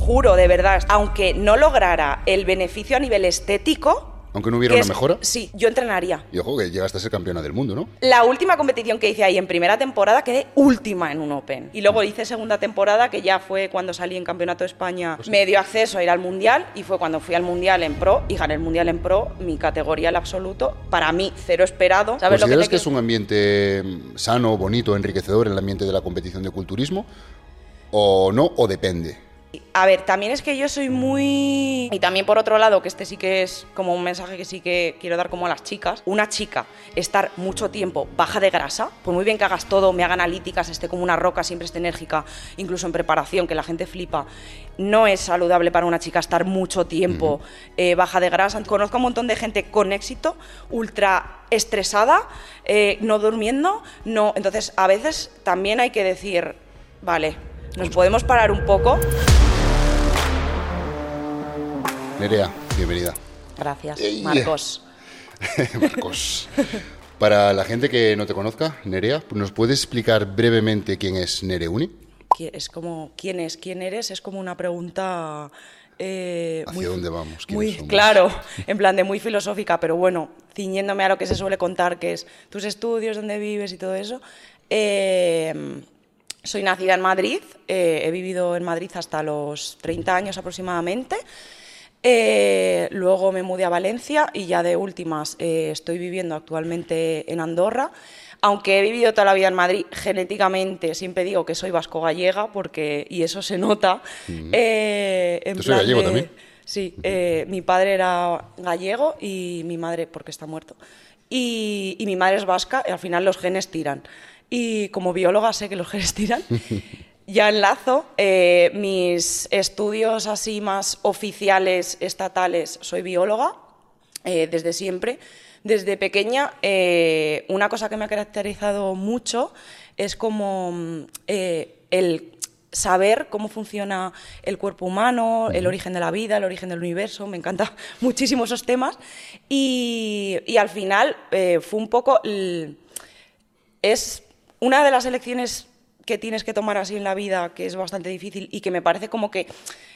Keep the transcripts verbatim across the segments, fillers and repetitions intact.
juro, de verdad, aunque no lograra el beneficio a nivel estético... Aunque no hubiera una es, mejora. Sí, yo entrenaría. Y ojo, que llegaste a ser campeona del mundo, ¿no? La última competición que hice ahí en primera temporada quedé última en un Open. Y luego hice segunda temporada, que ya fue cuando salí en Campeonato de España. Pues sí. Me dio acceso a ir al Mundial y fue cuando fui al Mundial en Pro y gané el Mundial en Pro, mi categoría el absoluto. Para mí, cero esperado. ¿Sabes lo que, ¿Consideras que es un ambiente sano, bonito, enriquecedor el ambiente de la competición de culturismo? ¿O no? ¿O depende? A ver, también es que yo soy muy... Y también por otro lado, que este sí que es como un mensaje que sí que quiero dar como a las chicas. Una chica, estar mucho tiempo baja de grasa, pues muy bien que hagas todo, me haga analíticas, esté como una roca, siempre esté enérgica, incluso en preparación, que la gente flipa. No es saludable para una chica estar mucho tiempo uh-huh. eh, baja de grasa. Conozco a un montón de gente con éxito, ultra estresada, eh, no durmiendo, no... Entonces, a veces también hay que decir, vale, nos podemos parar un poco... Nerea, bienvenida. Gracias, Marcos. Marcos. Para la gente que no te conozca, Nerea, ¿nos puedes explicar brevemente quién es Nereuni? Es como, ¿quién es? ¿Quién eres? Es como una pregunta... Eh, ¿Hacia muy, dónde vamos? Muy somos? Claro, en plan de muy filosófica, pero bueno, ciñéndome a lo que se suele contar, que es tus estudios, dónde vives y todo eso. Eh, soy nacida en Madrid, eh, he vivido en Madrid hasta los treinta años aproximadamente. Eh, luego me mudé a Valencia y ya de últimas eh, estoy viviendo actualmente en Andorra. Aunque he vivido toda la vida en Madrid, genéticamente siempre digo que soy vasco-gallega, porque, y eso se nota. Uh-huh. eh, en ¿Tú soy gallego de, también? Sí, uh-huh. eh, mi padre era gallego y mi madre, porque está muerto, y, y mi madre es vasca, y al final los genes tiran. Y como bióloga sé que los genes tiran. Ya enlazo, eh, mis estudios así más oficiales, estatales, soy bióloga, eh, desde siempre. Desde pequeña, eh, una cosa que me ha caracterizado mucho es como eh, el saber cómo funciona el cuerpo humano, el origen de la vida, el origen del universo, me encantan muchísimo esos temas. Y, y al final eh, fue un poco... El, es una de las elecciones que tienes que tomar así en la vida, que es bastante difícil y que me parece como que,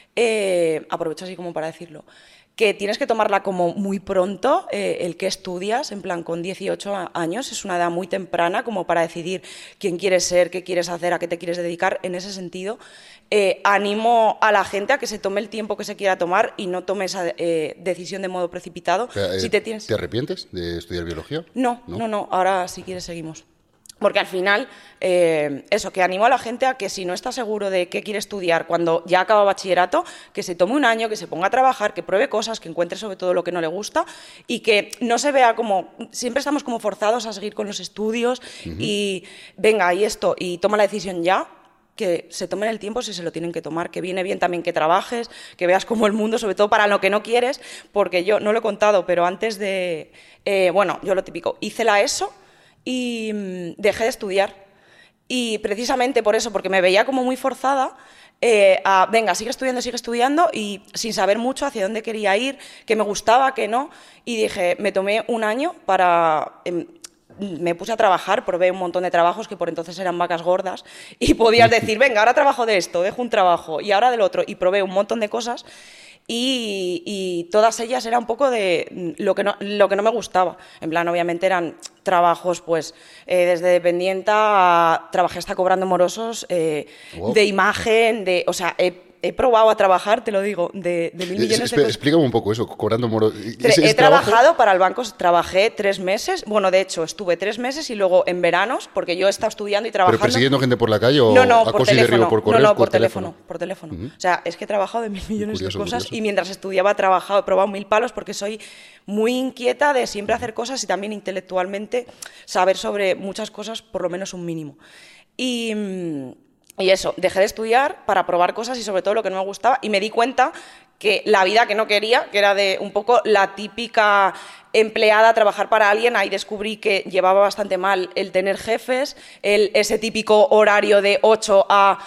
eh, aprovecho así como para decirlo, que tienes que tomarla como muy pronto, eh, el que estudias, en plan con dieciocho años, es una edad muy temprana como para decidir quién quieres ser, qué quieres hacer, a qué te quieres dedicar. En ese sentido, eh, animo a la gente a que se tome el tiempo que se quiera tomar y no tome esa eh, decisión de modo precipitado. O sea, eh, si te, tienes... ¿Te arrepientes de estudiar biología? No, no, no, no. Ahora si quieres seguimos. Porque al final, eh, eso, que animo a la gente a que si no está seguro de qué quiere estudiar cuando ya acaba bachillerato, que se tome un año, que se ponga a trabajar, que pruebe cosas, que encuentre sobre todo lo que no le gusta y que no se vea como... Siempre estamos como forzados a seguir con los estudios uh-huh. y venga, y esto, y toma la decisión ya, que se tomen el tiempo si se lo tienen que tomar, que viene bien también que trabajes, que veas como el mundo, sobre todo para lo que no quieres, porque yo no lo he contado, pero antes de... Eh, bueno, yo lo típico, hice la ESO, y mmm, dejé de estudiar. Y precisamente por eso, porque me veía como muy forzada eh, a, venga, sigue estudiando, sigue estudiando, y sin saber mucho hacia dónde quería ir, qué me gustaba, qué no. Y dije, me tomé un año para... Eh, me puse a trabajar, probé un montón de trabajos que por entonces eran vacas gordas, y podías decir, venga, ahora trabajo de esto, dejo un trabajo, y ahora del otro, y probé un montón de cosas. Y, y todas ellas eran un poco de lo que no, lo que no me gustaba. En plan, obviamente eran trabajos, pues, eh, desde dependienta a... Trabajé hasta cobrando morosos, eh, wow. de imagen, de... O sea, he, he probado a trabajar, te lo digo, de, de mil millones es, de cosas. Explícame un poco eso, cobrando morosos. He trabajado para el banco, trabajé tres meses, bueno, de hecho, estuve tres meses y luego en veranos, porque yo he estado estudiando y trabajando... ¿Pero persiguiendo gente por la calle o no, no, acoso por teléfono, y derribo por correo? No, no, por, por teléfono, teléfono, por teléfono. Uh-huh. O sea, es que he trabajado de mil millones curioso, de cosas curioso. Y mientras estudiaba he trabajado, he probado mil palos porque soy muy inquieta de siempre hacer cosas y también intelectualmente saber sobre muchas cosas, por lo menos un mínimo. Y... Y eso, dejé de estudiar para probar cosas y sobre todo lo que no me gustaba y me di cuenta que la vida que no quería, que era de un poco la típica empleada, trabajar para alguien, ahí descubrí que llevaba bastante mal el tener jefes, el, ese típico horario de ocho a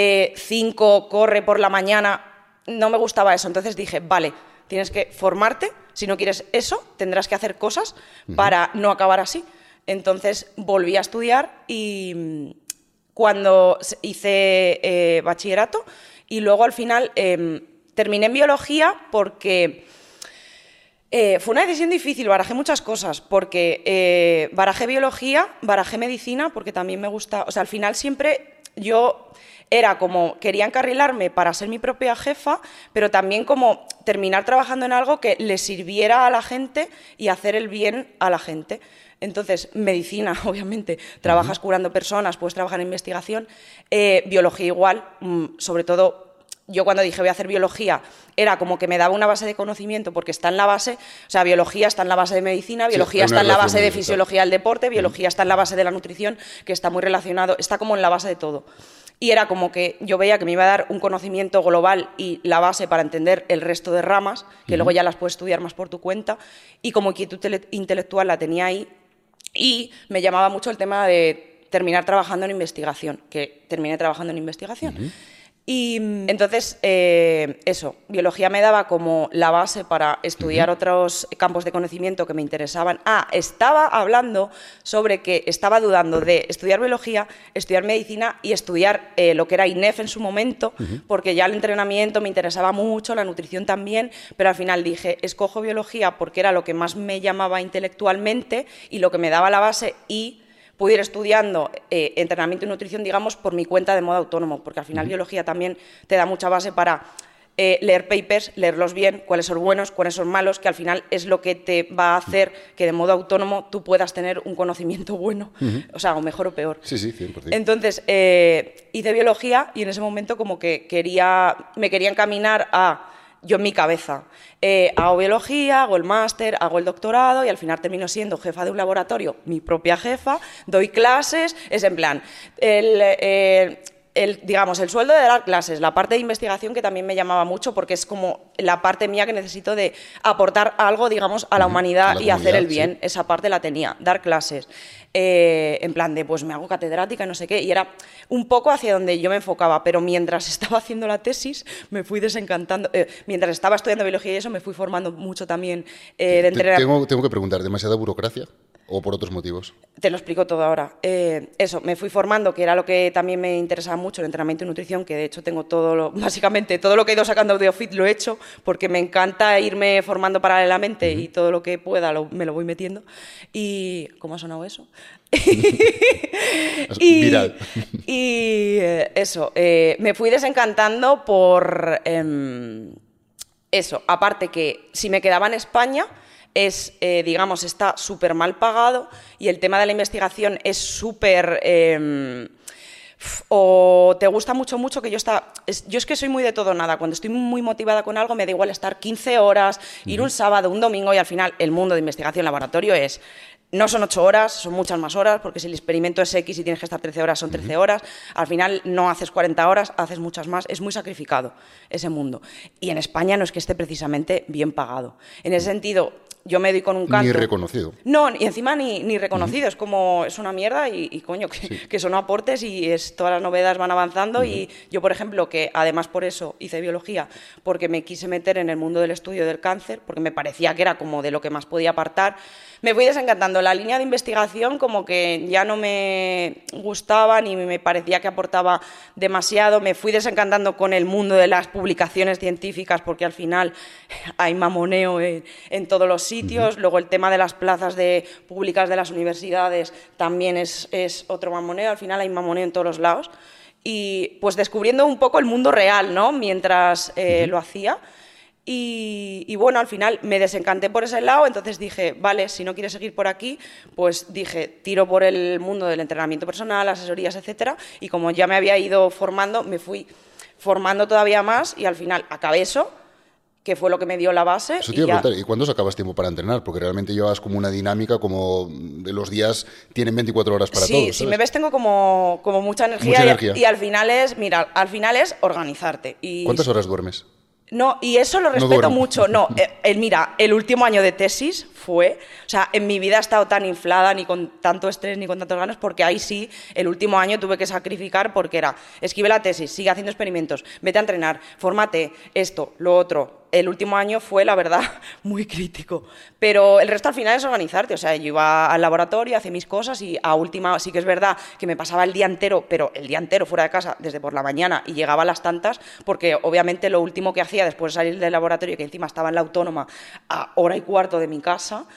cinco, corre por la mañana, no me gustaba eso. Entonces dije, vale, tienes que formarte, si no quieres eso, tendrás que hacer cosas uh-huh. para no acabar así. Entonces volví a estudiar y... Cuando hice eh, bachillerato, y luego al final eh, terminé en biología porque eh, fue una decisión difícil, barajé muchas cosas, porque eh, barajé biología, barajé medicina, porque también me gusta, o sea, al final siempre yo era como, quería encarrilarme para ser mi propia jefa, pero también como terminar trabajando en algo que le sirviera a la gente y hacer el bien a la gente. Entonces, medicina, obviamente, trabajas curando personas, puedes trabajar en investigación, eh, biología igual, mmm, sobre todo, yo cuando dije voy a hacer biología, era como que me daba una base de conocimiento, porque está en la base, o sea, biología está en la base de medicina, biología sí, está en la base de fisiología del deporte, biología está en la base de la nutrición, que está muy relacionado, está como en la base de todo. Y era como que yo veía que me iba a dar un conocimiento global y la base para entender el resto de ramas, que uh-huh. luego ya las puedes estudiar más por tu cuenta, y como inquietud intelectual la tenía ahí, y me llamaba mucho el tema de terminar trabajando en investigación, que terminé trabajando en investigación. Uh-huh. Y entonces, eh, eso, biología me daba como la base para estudiar uh-huh. otros campos de conocimiento que me interesaban. Ah, estaba hablando sobre que estaba dudando de estudiar biología, estudiar medicina y estudiar eh, lo que era I N E F en su momento, uh-huh. porque ya el entrenamiento me interesaba mucho, la nutrición también, pero al final dije, escojo biología porque era lo que más me llamaba intelectualmente y lo que me daba la base y pude ir estudiando eh, entrenamiento y nutrición, digamos, por mi cuenta de modo autónomo, porque al final uh-huh. biología también te da mucha base para eh, leer papers, leerlos bien, cuáles son buenos, cuáles son malos, que al final es lo que te va a hacer que de modo autónomo tú puedas tener un conocimiento bueno, uh-huh. o sea, o mejor o peor. Sí, sí, cien por ciento. Entonces, eh, hice biología y en ese momento como que quería, me quería encaminar a... Yo en mi cabeza eh, hago biología, hago el máster, hago el doctorado y al final termino siendo jefa de un laboratorio, mi propia jefa, doy clases, es en plan, el, eh, el, digamos, el sueldo de dar clases, la parte de investigación que también me llamaba mucho porque es como la parte mía que necesito de aportar algo, digamos, a la humanidad a la y hacer el bien, sí. Esa parte la tenía, dar clases. Eh, en plan de, pues me hago catedrática y no sé qué, y era un poco hacia donde yo me enfocaba, pero mientras estaba haciendo la tesis me fui desencantando, eh, mientras estaba estudiando biología y eso me fui formando mucho también eh, de entrenar. Tengo, tengo que preguntar, ¿demasiada burocracia o por otros motivos? Te lo explico todo ahora. Eh, eso, me fui formando, que era lo que también me interesaba mucho, el entrenamiento y nutrición, que de hecho tengo todo, lo, básicamente todo lo que he ido sacando de Ofit lo he hecho, porque me encanta irme formando paralelamente uh-huh. y todo lo que pueda lo, me lo voy metiendo. Y ¿cómo ha sonado eso? y, Viral. y eh, eso, eh, me fui desencantando por eh, eso, aparte que si me quedaba en España es, eh, digamos, está súper mal pagado y el tema de la investigación es súper... Eh, o te gusta mucho, mucho, que yo está, es, yo es que soy muy de todo nada, cuando estoy muy motivada con algo me da igual estar quince horas, ir un sábado, un domingo y al final el mundo de investigación laboratorio es... No son ocho horas, son muchas más horas, porque si el experimento es X y tienes que estar trece horas, son trece horas. Al final no haces cuarenta horas, haces muchas más. Es muy sacrificado ese mundo. Y en España no es que esté precisamente bien pagado. En ese sentido, yo me doy con un canto. Ni reconocido. No, y encima ni, ni reconocido. Uh-huh. Es como, es una mierda y, y coño, que, sí. que son aportes y es, todas las novedades van avanzando. Uh-huh. Y yo, por ejemplo, que además por eso hice biología, porque me quise meter en el mundo del estudio del cáncer, porque me parecía que era como de lo que más podía apartar, me fui desencantando. La línea de investigación como que ya no me gustaba ni me parecía que aportaba demasiado. Me fui desencantando con el mundo de las publicaciones científicas porque al final hay mamoneo en, en todos los sitios. Uh-huh. Luego el tema de las plazas de, públicas de las universidades también es, es otro mamoneo. Al final hay mamoneo en todos los lados. Y pues descubriendo un poco el mundo real, ¿no? Mientras eh, uh-huh. lo hacía. Y, y bueno, al final me desencanté por ese lado, entonces dije, vale, si no quieres seguir por aquí, pues dije, tiro por el mundo del entrenamiento personal, asesorías, etcétera, y como ya me había ido formando, me fui formando todavía más y al final acabé eso, que fue lo que me dio la base. Eso te iba a preguntar, ¿y cuándo sacabas tiempo para entrenar? Porque realmente llevas como una dinámica como de los días tienen veinticuatro horas para sí, todos. Sí, si me ves tengo como, como mucha energía, mucha y, energía. Y al final es, mira, al final es organizarte. Y ¿cuántas horas duermes? No, y eso lo respeto no mucho. No, el, mira, el último año de tesis fue, o sea, en mi vida he estado tan inflada, ni con tanto estrés, ni con tantos ganas, porque ahí sí, el último año tuve que sacrificar porque era, escribe la tesis, sigue haciendo experimentos, vete a entrenar, fórmate, esto, lo otro. El último año fue, la verdad, muy crítico. Pero el resto al final es organizarte. O sea, yo iba al laboratorio, hacía mis cosas y a última, sí que es verdad que me pasaba el día entero, pero el día entero fuera de casa, desde por la mañana, y llegaba a las tantas, porque obviamente lo último que hacía después de salir del laboratorio, que encima estaba en la Autónoma a hora y cuarto de mi casa,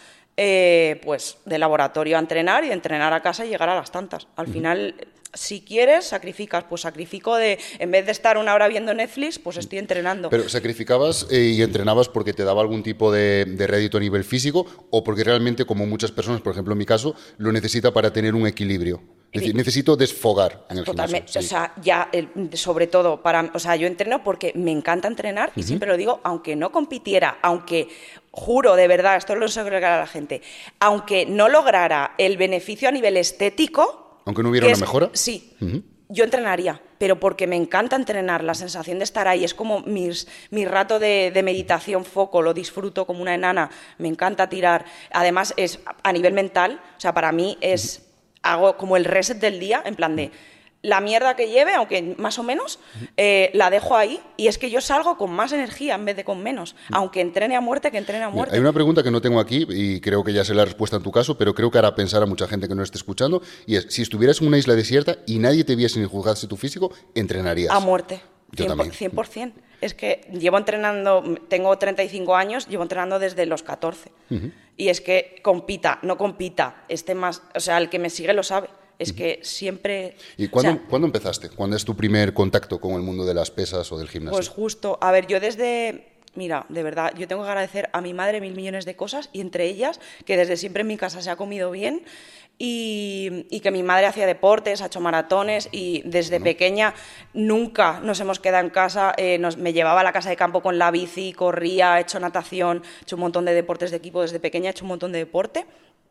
eh, pues de laboratorio a entrenar y de entrenar a casa y llegar a las tantas. Al final, si quieres, sacrificas. Pues sacrifico de, en vez de estar una hora viendo Netflix, pues estoy entrenando. ¿Pero sacrificabas eh, y entrenabas porque te daba algún tipo de, de rédito a nivel físico o porque realmente, como muchas personas, por ejemplo en mi caso, lo necesita para tener un equilibrio? Es decir, necesito desfogar en el Totalmente, gimnasio. Sí. O sea, ya, el, sobre todo, para, o sea, yo entreno porque me encanta entrenar y uh-huh. siempre lo digo, aunque no compitiera, aunque, juro, de verdad, esto lo sé a la gente, aunque no lograra el beneficio a nivel estético... Aunque no hubiera una es, mejora. Sí, uh-huh. yo entrenaría, pero porque me encanta entrenar, la sensación de estar ahí, es como mis, mi rato de, de meditación, foco, lo disfruto como una enana, me encanta tirar. Además, es a nivel mental, o sea, para mí es... Uh-huh. hago como el reset del día, en plan de la mierda que lleve, aunque más o menos, eh, la dejo ahí y es que yo salgo con más energía en vez de con menos, aunque entrene a muerte, que entrene a muerte. Mira, hay una pregunta que no tengo aquí y creo que ya sé la respuesta en tu caso, pero creo que hará pensar a mucha gente que no esté escuchando, y es, si estuvieras en una isla desierta y nadie te viese ni juzgase tu físico, ¿entrenarías? A muerte. Yo también. cien por ciento. Es que llevo entrenando, tengo treinta y cinco años, llevo entrenando desde los catorce. Uh-huh. Y es que compita, no compita, esté más, o sea, el que me sigue lo sabe. Es uh-huh. que siempre... ¿Y cuándo, o sea, ¿cuándo empezaste? ¿Cuándo es tu primer contacto con el mundo de las pesas o del gimnasio? Pues justo, a ver, yo desde... Mira, de verdad, yo tengo que agradecer a mi madre mil millones de cosas y entre ellas que desde siempre en mi casa se ha comido bien y, y que mi madre hacía deportes, ha hecho maratones y desde bueno. pequeña nunca nos hemos quedado en casa, eh, nos, me llevaba a la casa de campo con la bici, corría, he hecho natación, he hecho un montón de deportes de equipo desde pequeña, he hecho un montón de deporte.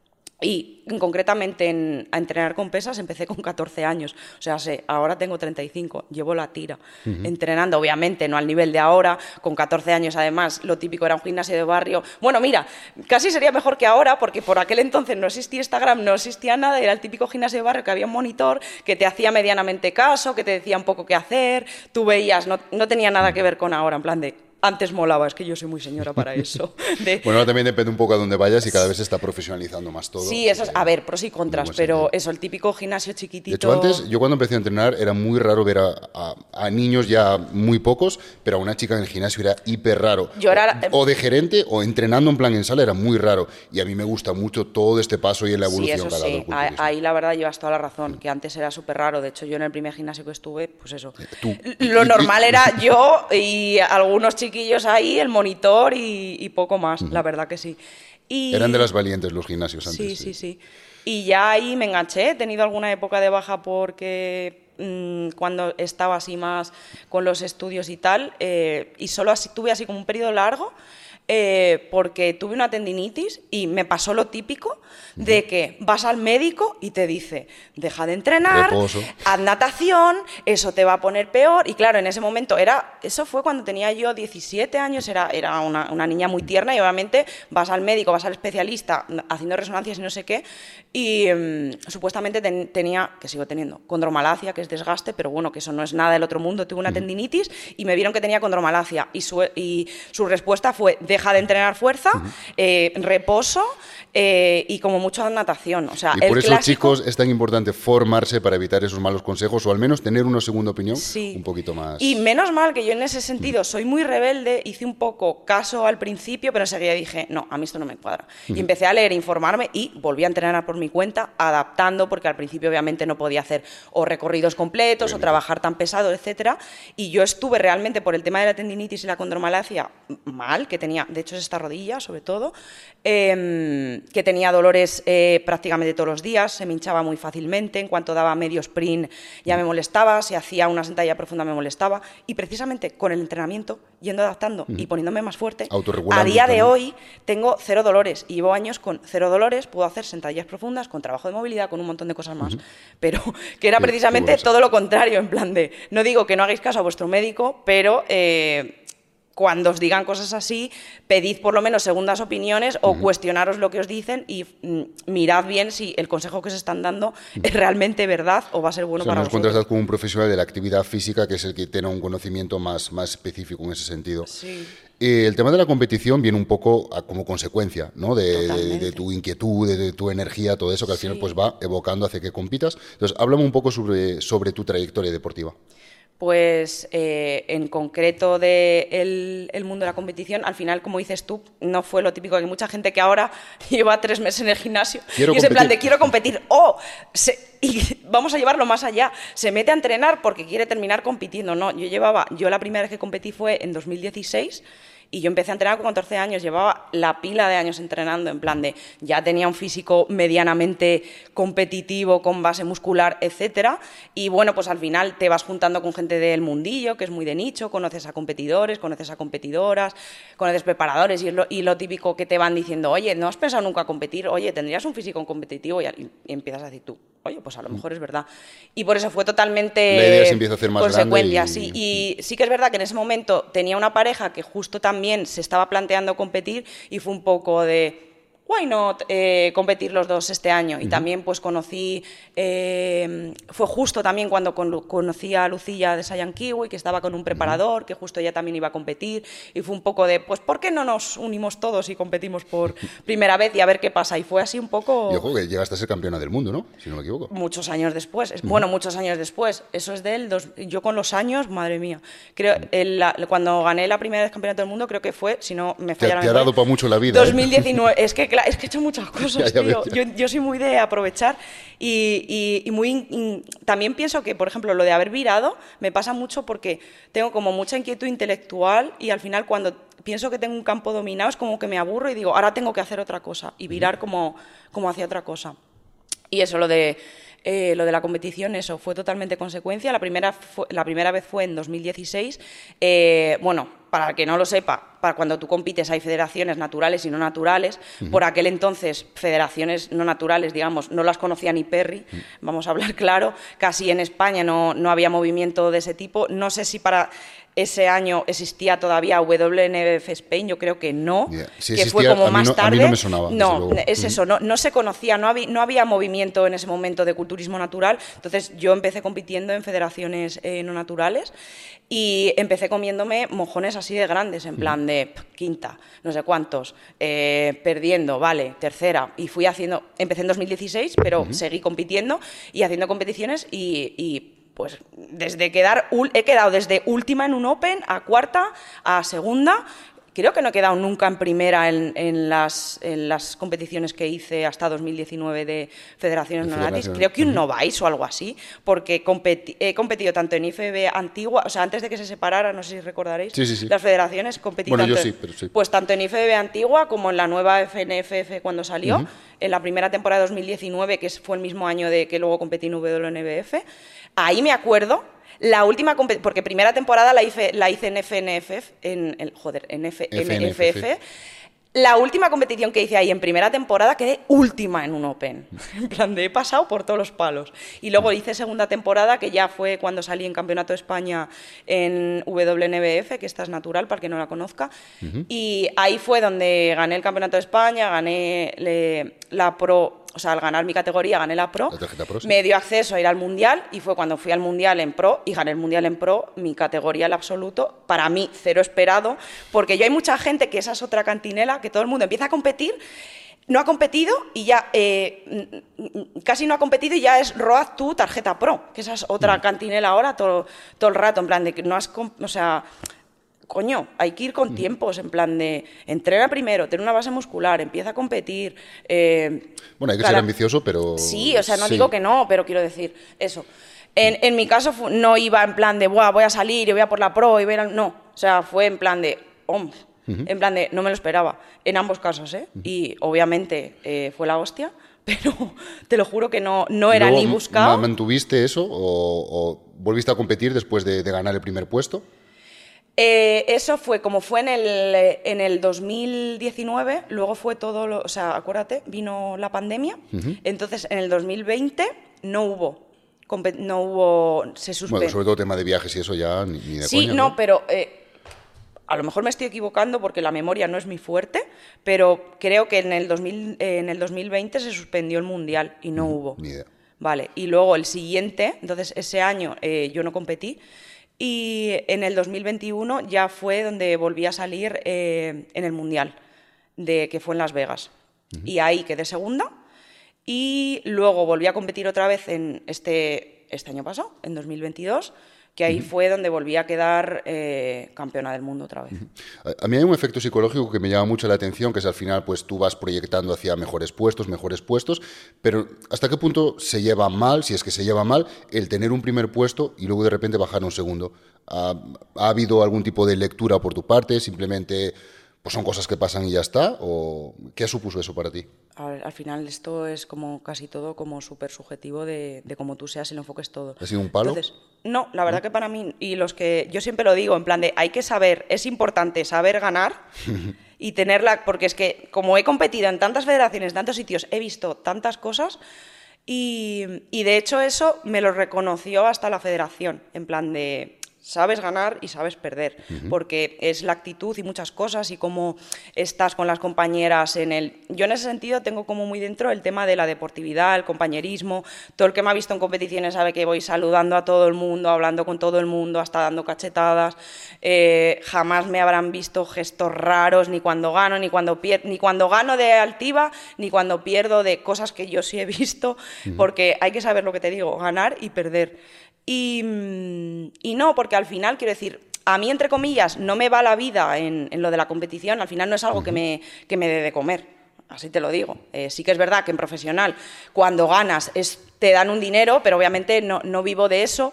Y concretamente en, a entrenar con pesas empecé con catorce años, o sea, sé, ahora tengo treinta y cinco, llevo la tira, uh-huh. entrenando, obviamente, no al nivel de ahora, con catorce años además, lo típico era un gimnasio de barrio. Bueno, mira, casi sería mejor que ahora, porque por aquel entonces no existía Instagram, no existía nada, era el típico gimnasio de barrio que había un monitor que te hacía medianamente caso, que te decía un poco qué hacer, tú veías, no, no tenía nada que ver con ahora, en plan de... Antes molaba, es que yo soy muy señora para eso. De... Bueno, ahora también depende un poco a dónde vayas y cada vez se está profesionalizando más todo. Sí, eso es, a ver, pros y contras, pero eso, el típico gimnasio chiquitito... De hecho, antes, yo cuando empecé a entrenar, era muy raro ver a, a, a niños ya muy pocos, pero a una chica en el gimnasio era hiper raro. Yo era... O, o de gerente o entrenando en plan en sala, era muy raro. Y a mí me gusta mucho todo este paso y en la evolución. Sí, eso sí, ahí la verdad llevas toda la razón, sí. que antes era súper raro. De hecho, yo en el primer gimnasio que estuve, pues eso, Tú. lo normal era yo y algunos chiquillos ahí, el monitor y, y poco más, uh-huh. la verdad que sí. Y... Eran de las valientes los gimnasios antes. Sí, sí, sí, sí. Y ya ahí me enganché, he tenido alguna época de baja porque mmm, cuando estaba así más con los estudios y tal, eh, y solo así, tuve así como un periodo largo, eh, porque tuve una tendinitis y me pasó lo típico de que vas al médico y te dice, deja de entrenar, Reposo. haz natación, eso te va a poner peor. Y claro, en ese momento, era eso fue cuando tenía yo diecisiete años, era, era una, una niña muy tierna y obviamente vas al médico, vas al especialista haciendo resonancias y no sé qué, y um, supuestamente ten, tenía, que sigo teniendo, condromalacia, que es desgaste, pero bueno, que eso no es nada del otro mundo, tuve una tendinitis y me vieron que tenía condromalacia y su, y su respuesta fue, deja de entrenar fuerza, uh-huh. eh, reposo eh, y como mucho natación. O sea, y por el eso, clásico... chicos, es tan importante formarse para evitar esos malos consejos o al menos tener una segunda opinión sí. un poquito más... Y menos mal que yo en ese sentido soy muy rebelde, hice un poco caso al principio, pero enseguida dije, no, a mí esto no me cuadra. Uh-huh. Y empecé a leer, informarme y volví a entrenar por mi cuenta, adaptando, porque al principio obviamente no podía hacer o recorridos completos Bien. o trabajar tan pesado, etcétera. Y yo estuve realmente por el tema de la tendinitis y la condromalacia mal, que tenía, de hecho es esta rodilla sobre todo, eh, que tenía dolores eh, prácticamente todos los días, se me hinchaba muy fácilmente, en cuanto daba medio sprint ya me molestaba, si hacía una sentadilla profunda me molestaba, y precisamente con el entrenamiento, yendo adaptando uh-huh. y poniéndome más fuerte, a día de hoy tengo cero dolores, y llevo años con cero dolores, puedo hacer sentadillas profundas, con trabajo de movilidad, con un montón de cosas más, uh-huh. pero que era precisamente todo lo contrario, en plan de, no digo que no hagáis caso a vuestro médico, pero... Eh, cuando os digan cosas así, pedid por lo menos segundas opiniones o uh-huh. cuestionaros lo que os dicen y mm, mirad bien si el consejo que os están dando uh-huh. es realmente verdad o va a ser bueno, o sea, para vosotros. Nos contrastad con un profesional de la actividad física que es el que tiene un conocimiento más, más específico en ese sentido. Sí. Eh, el tema de la competición viene un poco a, como consecuencia, ¿no? de, de, de tu inquietud, de, de tu energía, todo eso que al final sí. pues va evocando hacia que compitas. Entonces, háblame un poco sobre, sobre tu trayectoria deportiva. Pues eh, en concreto del de el mundo de la competición, al final, como dices tú, no fue lo típico que mucha gente que ahora lleva tres meses en el gimnasio quiero y es competir. en plan de quiero competir, ¡oh! Se, y vamos a llevarlo más allá, se mete a entrenar porque quiere terminar compitiendo. No, yo llevaba, yo la primera vez que competí fue en dos mil dieciséis y yo empecé a entrenar con catorce años, llevaba la pila de años entrenando, en plan de ya tenía un físico medianamente competitivo, con base muscular, etcétera. Y bueno, pues al final te vas juntando con gente del mundillo, que es muy de nicho, conoces a competidores, conoces a competidoras, conoces preparadores y, es lo, y lo típico que te van diciendo, oye, ¿no has pensado nunca competir? Oye, ¿tendrías un físico competitivo? Y, y, y empiezas a decir tú, oye, pues a lo mejor es verdad. Y por eso fue totalmente la idea se empieza a hacer más consecuencia, grande y... sí. Y sí que es verdad que en ese momento tenía una pareja que justo también También se estaba planteando competir y fue un poco de why not eh, competir los dos este año. Y uh-huh. también pues conocí, eh, fue justo también cuando con, conocí a Lucilla de Saiyan Kiwi, que estaba con un preparador, uh-huh. que justo ella también iba a competir, y fue un poco de, pues ¿por qué no nos unimos todos y competimos por primera vez y a ver qué pasa? Y fue así un poco... Y ojo, que llegaste a ser campeona del mundo, ¿no? Si no me equivoco. Muchos años después, uh-huh. bueno, muchos años después, eso es de él, dos, yo con los años, madre mía, creo, el, la, cuando gané la primera vez campeonato del mundo, creo que fue, si no me falla la memoria... Te ha dado para mucho la vida. dos mil diecinueve, ¿eh? es que es que he hecho muchas cosas, ya, ya tío. Yo, yo soy muy de aprovechar y, y, y muy in, también pienso que, por ejemplo, lo de haber virado me pasa mucho porque tengo como mucha inquietud intelectual y al final cuando pienso que tengo un campo dominado es como que me aburro y digo, ahora tengo que hacer otra cosa y virar como, como hacia otra cosa. Y eso, lo de... Eh, lo de la competición, eso, fue totalmente consecuencia. La primera, fue, la primera vez fue en dos mil dieciséis. Eh, bueno, para el que no lo sepa, para cuando tú compites hay federaciones naturales y no naturales. Uh-huh. Por aquel entonces, federaciones no naturales, digamos, no las conocía ni Perry, uh-huh. vamos a hablar claro. Casi en España no, no había movimiento de ese tipo. No sé si para... ese año existía todavía W N B F Spain, yo creo que no, yeah. sí, que existía, fue como más no, tarde. A mí no me sonaba. No, es eso, no, no se conocía, no había, no había movimiento en ese momento de culturismo natural, entonces yo empecé compitiendo en federaciones eh, no naturales y empecé comiéndome mojones así de grandes, en plan de pff, quinta, no sé cuántos, eh, perdiendo, vale, tercera, y fui haciendo, empecé en dos mil dieciséis, pero uh-huh. seguí compitiendo y haciendo competiciones y... y pues desde quedar, he quedado desde última en un Open a cuarta, a segunda. Creo que no he quedado nunca en primera en, en, las, en las competiciones que hice hasta dos mil diecinueve de Federaciones No Natis. Creo que un Novais o algo así, porque competi he competido tanto en I F B Antigua, o sea, antes de que se separara, no sé si recordaréis, sí, sí, sí. las federaciones competí bueno, tanto, yo sí, pero sí. Pues tanto en I F B Antigua como en la nueva F N F F cuando salió, uh-huh. en la primera temporada de dos mil diecinueve, que fue el mismo año de que luego competí en W N B F. Ahí me acuerdo, la última porque primera temporada la hice, la hice en F N F F, en, en, joder, en F N F F. La última competición que hice ahí en primera temporada quedé última en un Open. En plan de he pasado por todos los palos. Y luego hice segunda temporada, que ya fue cuando salí en Campeonato de España en W N B F, que esta es natural para el que no la conozca. Uh-huh. Y ahí fue donde gané el Campeonato de España, gané le, la Pro... O sea, al ganar mi categoría, gané la Pro, la Pro sí. me dio acceso a ir al Mundial y fue cuando fui al Mundial en Pro y gané el Mundial en Pro, mi categoría el absoluto, para mí cero esperado, porque yo hay mucha gente que esa es otra cantinela, que todo el mundo empieza a competir, no ha competido y ya, eh, casi no ha competido y ya es road tu tarjeta Pro, que esa es otra mm. cantinela ahora todo, todo el rato, en plan de que no has, o sea... Coño, hay que ir con tiempos, en plan de entrena primero, tener una base muscular, empieza a competir. Eh, bueno, hay que para... ser ambicioso, pero... Sí, o sea, no sí. digo que no, pero quiero decir eso. En, en mi caso no iba en plan de, Buah, voy a salir y voy a por la Pro y voy a... No, o sea, fue en plan de, oh, uh-huh. en plan de, no me lo esperaba. En ambos casos, ¿eh? Uh-huh. Y obviamente eh, fue la hostia, pero te lo juro que no, no era Luego, ni buscado. ¿Mantuviste eso o, o volviste a competir después de, de ganar el primer puesto? Eh, eso fue como fue en el, en el dos mil diecinueve, luego fue todo, lo, o sea, acuérdate, vino la pandemia, uh-huh. entonces en el dos mil veinte no hubo, no hubo, se suspendió. Bueno, sobre todo tema de viajes y eso ya ni, ni de Sí, coña, no, ¿no? pero... Eh, a lo mejor me estoy equivocando porque la memoria no es mi fuerte, pero creo que en el, dos mil, eh, en el dos mil veinte se suspendió el Mundial y no Mm, hubo. ni idea. Vale, y luego el siguiente, entonces ese año eh, yo no competí, y en el dos mil veintiuno ya fue donde volví a salir eh, en el Mundial, de, que fue en Las Vegas. Uh-huh. Y ahí quedé segunda, y luego volví a competir otra vez en este, este año pasado, en dos mil veintidós, que ahí uh-huh. fue donde volví a quedar eh, campeona del mundo otra vez. Uh-huh. A mí hay un efecto psicológico que me llama mucho la atención, que es al final pues tú vas proyectando hacia mejores puestos, mejores puestos, pero ¿hasta qué punto se lleva mal, si es que se lleva mal, el tener un primer puesto y luego de repente bajar a un segundo? ¿Ha, ha habido algún tipo de lectura por tu parte? ¿Simplemente pues son cosas que pasan y ya está? ¿O qué supuso eso para ti? A ver, al final esto es como casi todo como súper subjetivo de, de cómo tú seas y lo enfoques todo. ¿Ha sido un palo? Entonces, no, la verdad ¿no? que para mí, y los que yo siempre lo digo, en plan de hay que saber, es importante saber ganar y tenerla, porque es que como he competido en tantas federaciones, en tantos sitios, he visto tantas cosas y, y de hecho eso me lo reconoció hasta la federación, en plan de... Sabes ganar y sabes perder, uh-huh. porque es la actitud y muchas cosas y cómo estás con las compañeras en el... Yo en ese sentido tengo como muy dentro el tema de la deportividad, el compañerismo. Todo el que me ha visto en competiciones sabe que voy saludando a todo el mundo, hablando con todo el mundo, hasta dando cachetadas. Eh, jamás me habrán visto gestos raros, ni cuando gano, ni cuando pierdo, ni cuando gano de altiva, ni cuando pierdo, de cosas que yo sí he visto, uh-huh. porque hay que saber lo que te digo, ganar y perder. Y, y no, porque al final, quiero decir, a mí, entre comillas, no me va la vida en, en lo de la competición, al final no es algo uh-huh. que me, que me dé de comer, así te lo digo. Eh, sí que es verdad que en profesional, cuando ganas, es, te dan un dinero, pero obviamente no, no vivo de eso,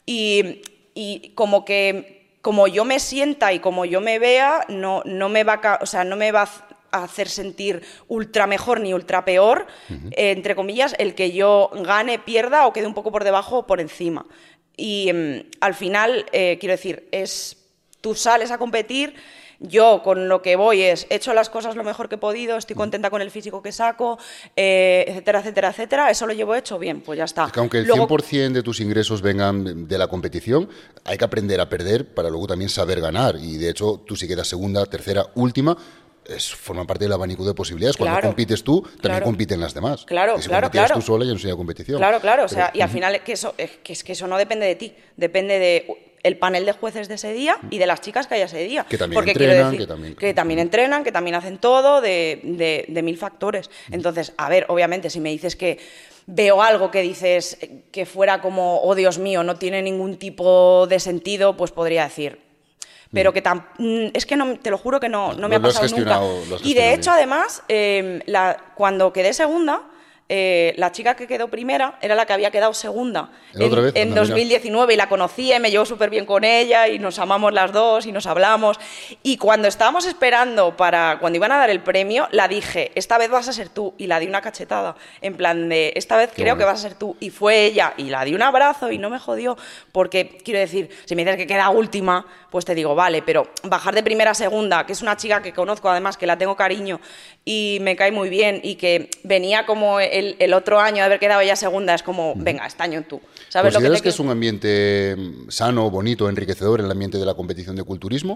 y, y como que, como yo me sienta y como yo me vea, no, no me va a, o sea, no me va a hacer sentir ultra mejor ni ultra peor, uh-huh. eh, entre comillas, el que yo gane, pierda o quede un poco por debajo o por encima. Y um, al final, eh, quiero decir, es tú sales a competir, yo con lo que voy es, he hecho las cosas lo mejor que he podido, estoy contenta con el físico que saco, eh, etcétera, etcétera, etcétera, eso lo llevo hecho, bien, pues ya está. Es que aunque el luego, cien por ciento de tus ingresos vengan de la competición, hay que aprender a perder para luego también saber ganar. Y de hecho, tú si quedas segunda, tercera, última... Es, forma parte del abanico de posibilidades. Cuando claro, compites tú, también claro. compiten las demás. Claro, y si claro, compites claro. tú sola, ya no sería competición. Claro, claro. Pero, o sea, y al uh-huh. final que eso, que es que eso no depende de ti, depende de el panel de jueces de ese día y de las chicas que hay ese día. Que también Porque entrenan, quiero decir, que también... Que también entrenan, que también hacen todo, de, de, de mil factores. Entonces, a ver, obviamente, si me dices que veo algo que dices que fuera como, oh Dios mío, no tiene ningún tipo de sentido, pues podría decir... Pero que tan, es que no, te lo juro que no, no me ha pasado nunca. Y de hecho, además, eh, la, cuando quedé segunda, eh, la chica que quedó primera era la que había quedado segunda en, vez, en dos mil diecinueve, y la conocí y me llevo súper bien con ella y nos amamos las dos y nos hablamos. Y cuando estábamos esperando para, cuando iban a dar el premio, la dije, esta vez vas a ser tú, y la di una cachetada, en plan de, esta vez Qué creo bueno. que vas a ser tú, y fue ella, y la di un abrazo y no me jodió, porque quiero decir, si me dices que queda última, pues te digo, vale, pero bajar de primera a segunda, que es una chica que conozco además, que la tengo cariño y me cae muy bien, y que venía como el, el otro año de haber quedado ella segunda, es como, venga, este año tú. ¿Sabes ¿Consideras lo que, te... que es un ambiente sano, bonito, enriquecedor el ambiente de la competición de culturismo?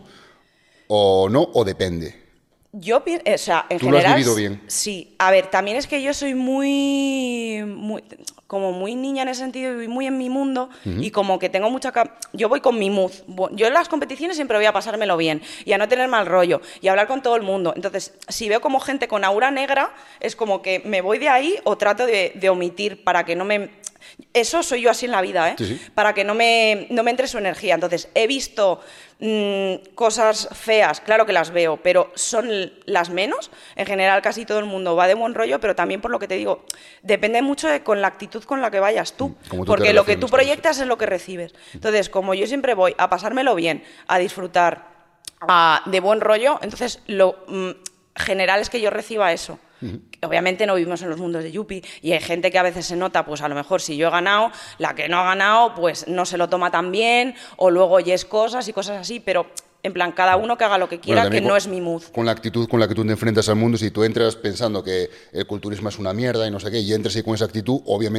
¿O no? ¿O depende? Yo, o sea, en ¿Tú general... lo has vivido bien? Sí. A ver, también es que yo soy muy... muy como muy niña en ese sentido y muy en mi mundo, uh-huh. y como que tengo mucha... Yo voy con mi mood. Yo en las competiciones siempre voy a pasármelo bien y a no tener mal rollo y a hablar con todo el mundo. Entonces, si veo como gente con aura negra, es como que me voy de ahí o trato de, de omitir para que no me... Eso soy yo así en la vida, ¿eh? Sí, sí. Para que no me, no me entre su energía. Entonces, he visto mmm, cosas feas, claro que las veo, pero son las menos. En general, casi todo el mundo va de buen rollo, pero también por lo que te digo, depende mucho de con la actitud con la que vayas tú. tú porque lo que tú proyectas es lo que recibes. Entonces, como yo siempre voy a pasármelo bien, a disfrutar, a, de buen rollo, entonces lo mmm, general es que yo reciba eso. Uh-huh. Obviamente no vivimos en los mundos de Yupi y hay gente que a veces se nota, pues a lo mejor si yo he ganado, la que no ha ganado pues no se lo toma tan bien, o luego oyes cosas y cosas así, pero en plan, cada uno que haga lo que quiera, bueno, que con, no es mi mood. Con la actitud con la que tú te enfrentas al mundo, si tú entras pensando que el culturismo es una mierda y no sé qué, y entras ahí con esa actitud, obviamente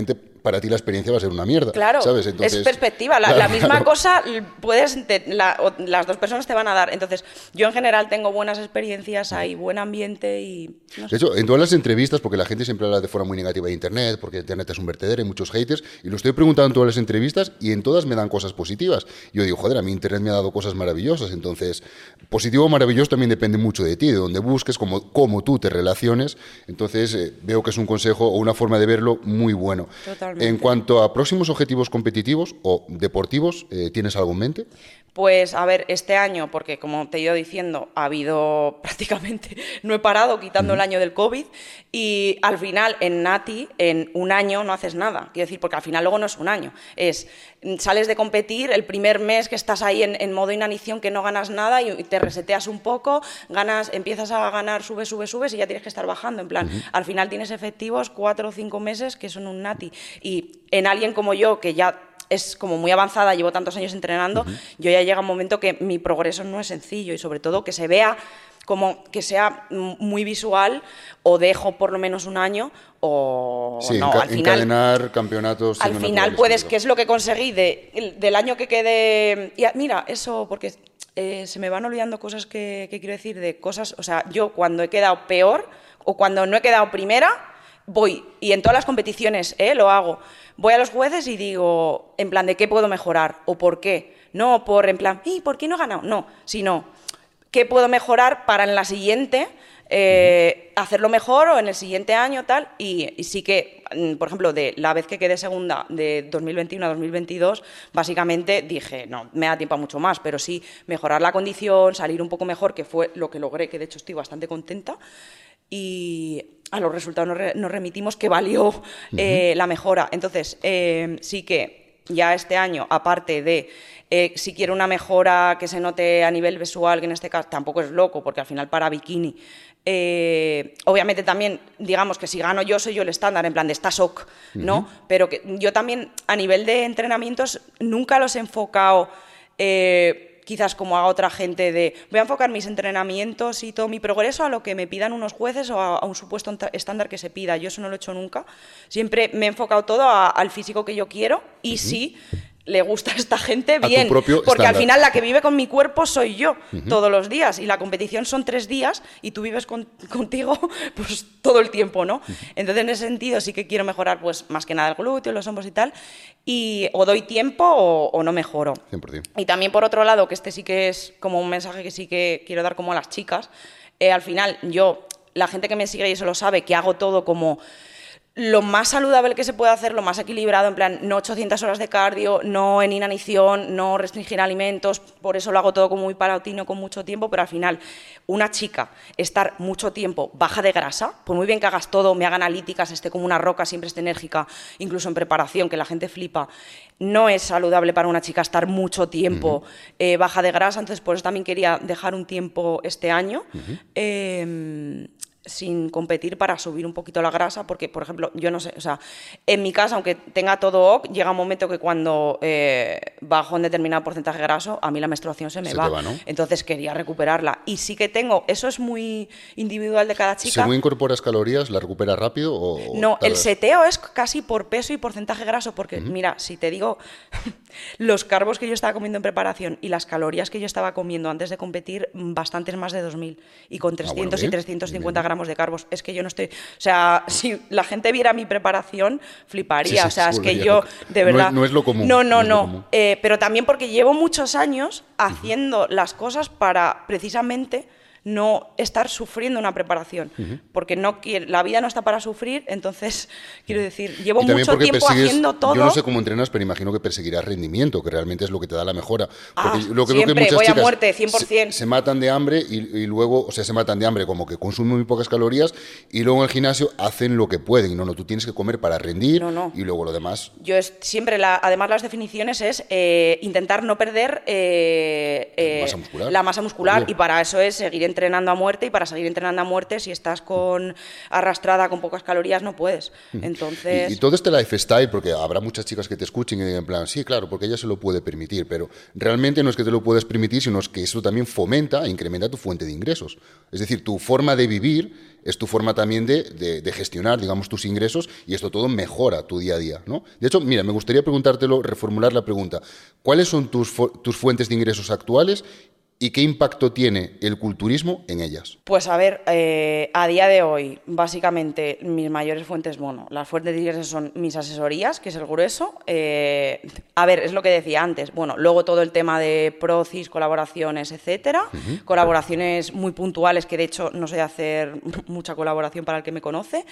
para ti la experiencia va a ser una mierda. Claro, ¿sabes? Entonces, es perspectiva. La, claro, la misma claro. cosa puedes te, la, o, las dos personas te van a dar. Entonces, yo en general tengo buenas experiencias, hay buen ambiente y... No sé. De hecho, en todas las entrevistas, porque la gente siempre habla de forma muy negativa de Internet, porque Internet es un vertedero, hay muchos haters, y lo estoy preguntando en todas las entrevistas y en todas me dan cosas positivas. Yo digo, joder, a mí Internet me ha dado cosas maravillosas. Entonces, positivo o maravilloso también depende mucho de ti, de donde busques, cómo, cómo tú te relaciones. Entonces, eh, veo que es un consejo o una forma de verlo muy bueno. Totalmente. En cuanto a próximos objetivos competitivos o deportivos, eh, ¿tienes algo en mente? Pues a ver, este año, porque como te he ido diciendo, ha habido prácticamente, no he parado quitando uh-huh. el año del COVID y al final en Nati, en un año no haces nada. Quiero decir, porque al final luego no es un año, es sales de competir el primer mes que estás ahí en, en modo inanición que no ganas nada y, y te reseteas un poco, ganas, empiezas a ganar, subes, subes, subes y ya tienes que estar bajando. En plan, uh-huh. al final tienes efectivos cuatro o cinco meses que son un Nati. Y en alguien como yo, que ya es como muy avanzada, llevo tantos años entrenando, uh-huh. yo ya llega un momento que mi progreso no es sencillo y sobre todo que se vea como que sea muy visual o dejo por lo menos un año o sí, no, enca- al final, encadenar campeonatos. Al final puedes, que es lo que conseguí de, del año que quedé, y mira, eso porque eh, se me van olvidando cosas que, que quiero decir, de cosas, o sea, yo cuando he quedado peor o cuando no he quedado primera, voy, y en todas las competiciones eh, lo hago, voy a los jueces y digo, en plan, ¿de qué puedo mejorar? ¿O por qué? No por, en plan, ¿y por qué no he ganado? No, sino, ¿qué puedo mejorar para en la siguiente eh, uh-huh. hacerlo mejor o en el siguiente año tal? Y, y sí que, por ejemplo, de la vez que quedé segunda de dos mil veintiuno a dos mil veintidós, básicamente dije, no, me da tiempo a mucho más, pero sí mejorar la condición, salir un poco mejor, que fue lo que logré, que de hecho estoy bastante contenta. Y a los resultados nos, re, nos remitimos que valió uh-huh. eh, la mejora. Entonces, eh, sí que ya este año, aparte de eh, si quiero una mejora que se note a nivel visual, que en este caso tampoco es loco, porque al final para bikini, eh, obviamente también, digamos que si gano yo, soy yo el estándar, en plan de esta S O C, ¿no? Uh-huh. Pero que yo también, a nivel de entrenamientos, nunca los he enfocado... Eh, quizás como haga otra gente de voy a enfocar mis entrenamientos y todo mi progreso a lo que me pidan unos jueces o a, a un supuesto estándar que se pida. Yo eso no lo he hecho nunca. Siempre me he enfocado todo a, al físico que yo quiero y uh-huh. sí, le gusta a esta gente, bien, porque estándar. Al final la que vive con mi cuerpo soy yo uh-huh. todos los días y la competición son tres días y tú vives con, contigo pues todo el tiempo, ¿no? Uh-huh. Entonces en ese sentido sí que quiero mejorar pues más que nada el glúteo, los hombros y tal, y o doy tiempo o, o no mejoro. cien por ciento. Y también por otro lado, que este sí que es como un mensaje que sí que quiero dar como a las chicas, eh, al final yo, la gente que me sigue y eso lo sabe, que hago todo como... lo más saludable que se puede hacer, lo más equilibrado, en plan, no ochocientas horas de cardio, no en inanición, no restringir alimentos, por eso lo hago todo como muy palatino, con mucho tiempo, pero al final, una chica, estar mucho tiempo baja de grasa, por muy bien que hagas todo, me haga analíticas, esté como una roca, siempre esté enérgica, incluso en preparación, que la gente flipa, no es saludable para una chica estar mucho tiempo uh-huh. eh, baja de grasa, entonces por eso también quería dejar un tiempo este año, uh-huh. eh, sin competir para subir un poquito la grasa, porque, por ejemplo, yo no sé, o sea, en mi casa, aunque tenga todo ok, llega un momento que cuando eh, bajo un determinado porcentaje graso, a mí la menstruación se me se va, va ¿no? Entonces quería recuperarla, y sí que tengo, eso es muy individual de cada chica. ¿Según incorporas calorías, la recuperas rápido o...? No, el seteo es casi por peso y porcentaje graso, porque, uh-huh. mira, si te digo los carbos que yo estaba comiendo en preparación y las calorías que yo estaba comiendo antes de competir, bastantes más de dos mil, y con trescientos ah, bueno, y trescientos cincuenta gramos de carbos, es que yo no estoy, o sea, si la gente viera mi preparación fliparía, sí, sí, o sea, es que yo de verdad, no es, no es lo común, no, no, no, no, eh, pero también porque llevo muchos años haciendo uh-huh. las cosas para precisamente no estar sufriendo una preparación, uh-huh. porque no quiere, la vida no está para sufrir, entonces, quiero decir, llevo mucho tiempo haciendo todo. Yo no sé cómo entrenas, pero imagino que perseguirás rendimiento, que realmente es lo que te da la mejora. Porque ah, lo que siempre, veo que muchas voy chicas a muerte, cien por ciento. Se, se matan de hambre y, y luego, o sea, se matan de hambre como que consumen muy pocas calorías y luego en el gimnasio hacen lo que pueden. No, no, tú tienes que comer para rendir no, no. y luego lo demás. Yo es, siempre, la, además las definiciones es eh, intentar no perder eh, eh, masa muscular. la masa muscular Obvio. Y para eso es seguir entrenando entrenando a muerte, y para seguir entrenando a muerte, si estás con arrastrada, con pocas calorías, no puedes. Entonces... Y, y todo este lifestyle, porque habrá muchas chicas que te escuchen y digan en plan, sí, claro, porque ella se lo puede permitir, pero realmente no es que te lo puedes permitir, sino es que eso también fomenta e incrementa tu fuente de ingresos. Es decir, tu forma de vivir es tu forma también de, de, de gestionar, digamos, tus ingresos, y esto todo mejora tu día a día, ¿no? De hecho, mira, me gustaría preguntártelo, reformular la pregunta. ¿Cuáles son tus, tus fuentes de ingresos actuales y qué impacto tiene el culturismo en ellas? Pues a ver, eh, a día de hoy, básicamente, mis mayores fuentes, bueno, las fuentes de ingresos son mis asesorías, que es el grueso. Eh, a ver, es lo que decía antes. Bueno, luego todo el tema de procis, colaboraciones, etcétera. Uh-huh. Colaboraciones muy puntuales, que de hecho no sé hacer mucha colaboración para el que me conoce.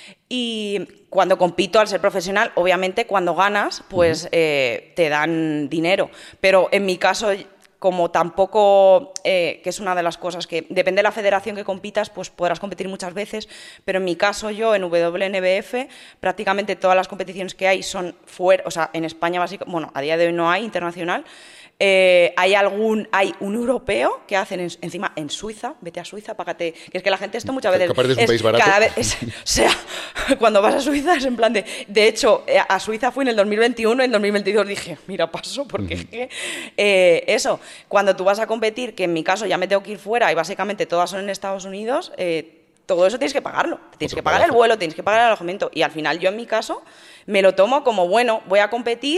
Y cuando compito, al ser profesional, obviamente cuando ganas, pues uh-huh. eh, te dan dinero. Pero en mi caso... como tampoco, eh, que es una de las cosas que, depende de la federación que compitas, pues podrás competir muchas veces, pero en mi caso yo, en W N B F, prácticamente todas las competiciones que hay son fuera, o sea, en España, básicamente, bueno, a día de hoy no hay internacional. Eh, hay algún hay un europeo que hacen en, encima en Suiza, vete a Suiza, págate, que es que la gente esto muchas veces es un país barato. Cada vez, es, o sea, cuando vas a Suiza es en plan de, de hecho, a Suiza fui en el dos mil veintiuno, en dos mil veintidós dije, mira, paso, porque uh-huh. es que eh, eso, cuando tú vas a competir, que en mi caso ya me tengo que ir fuera y básicamente todas son en Estados Unidos, eh, todo eso tienes que pagarlo, tienes Otro que pagar pedazo. el vuelo, tienes que pagar el alojamiento, y al final yo en mi caso me lo tomo como, bueno, voy a competir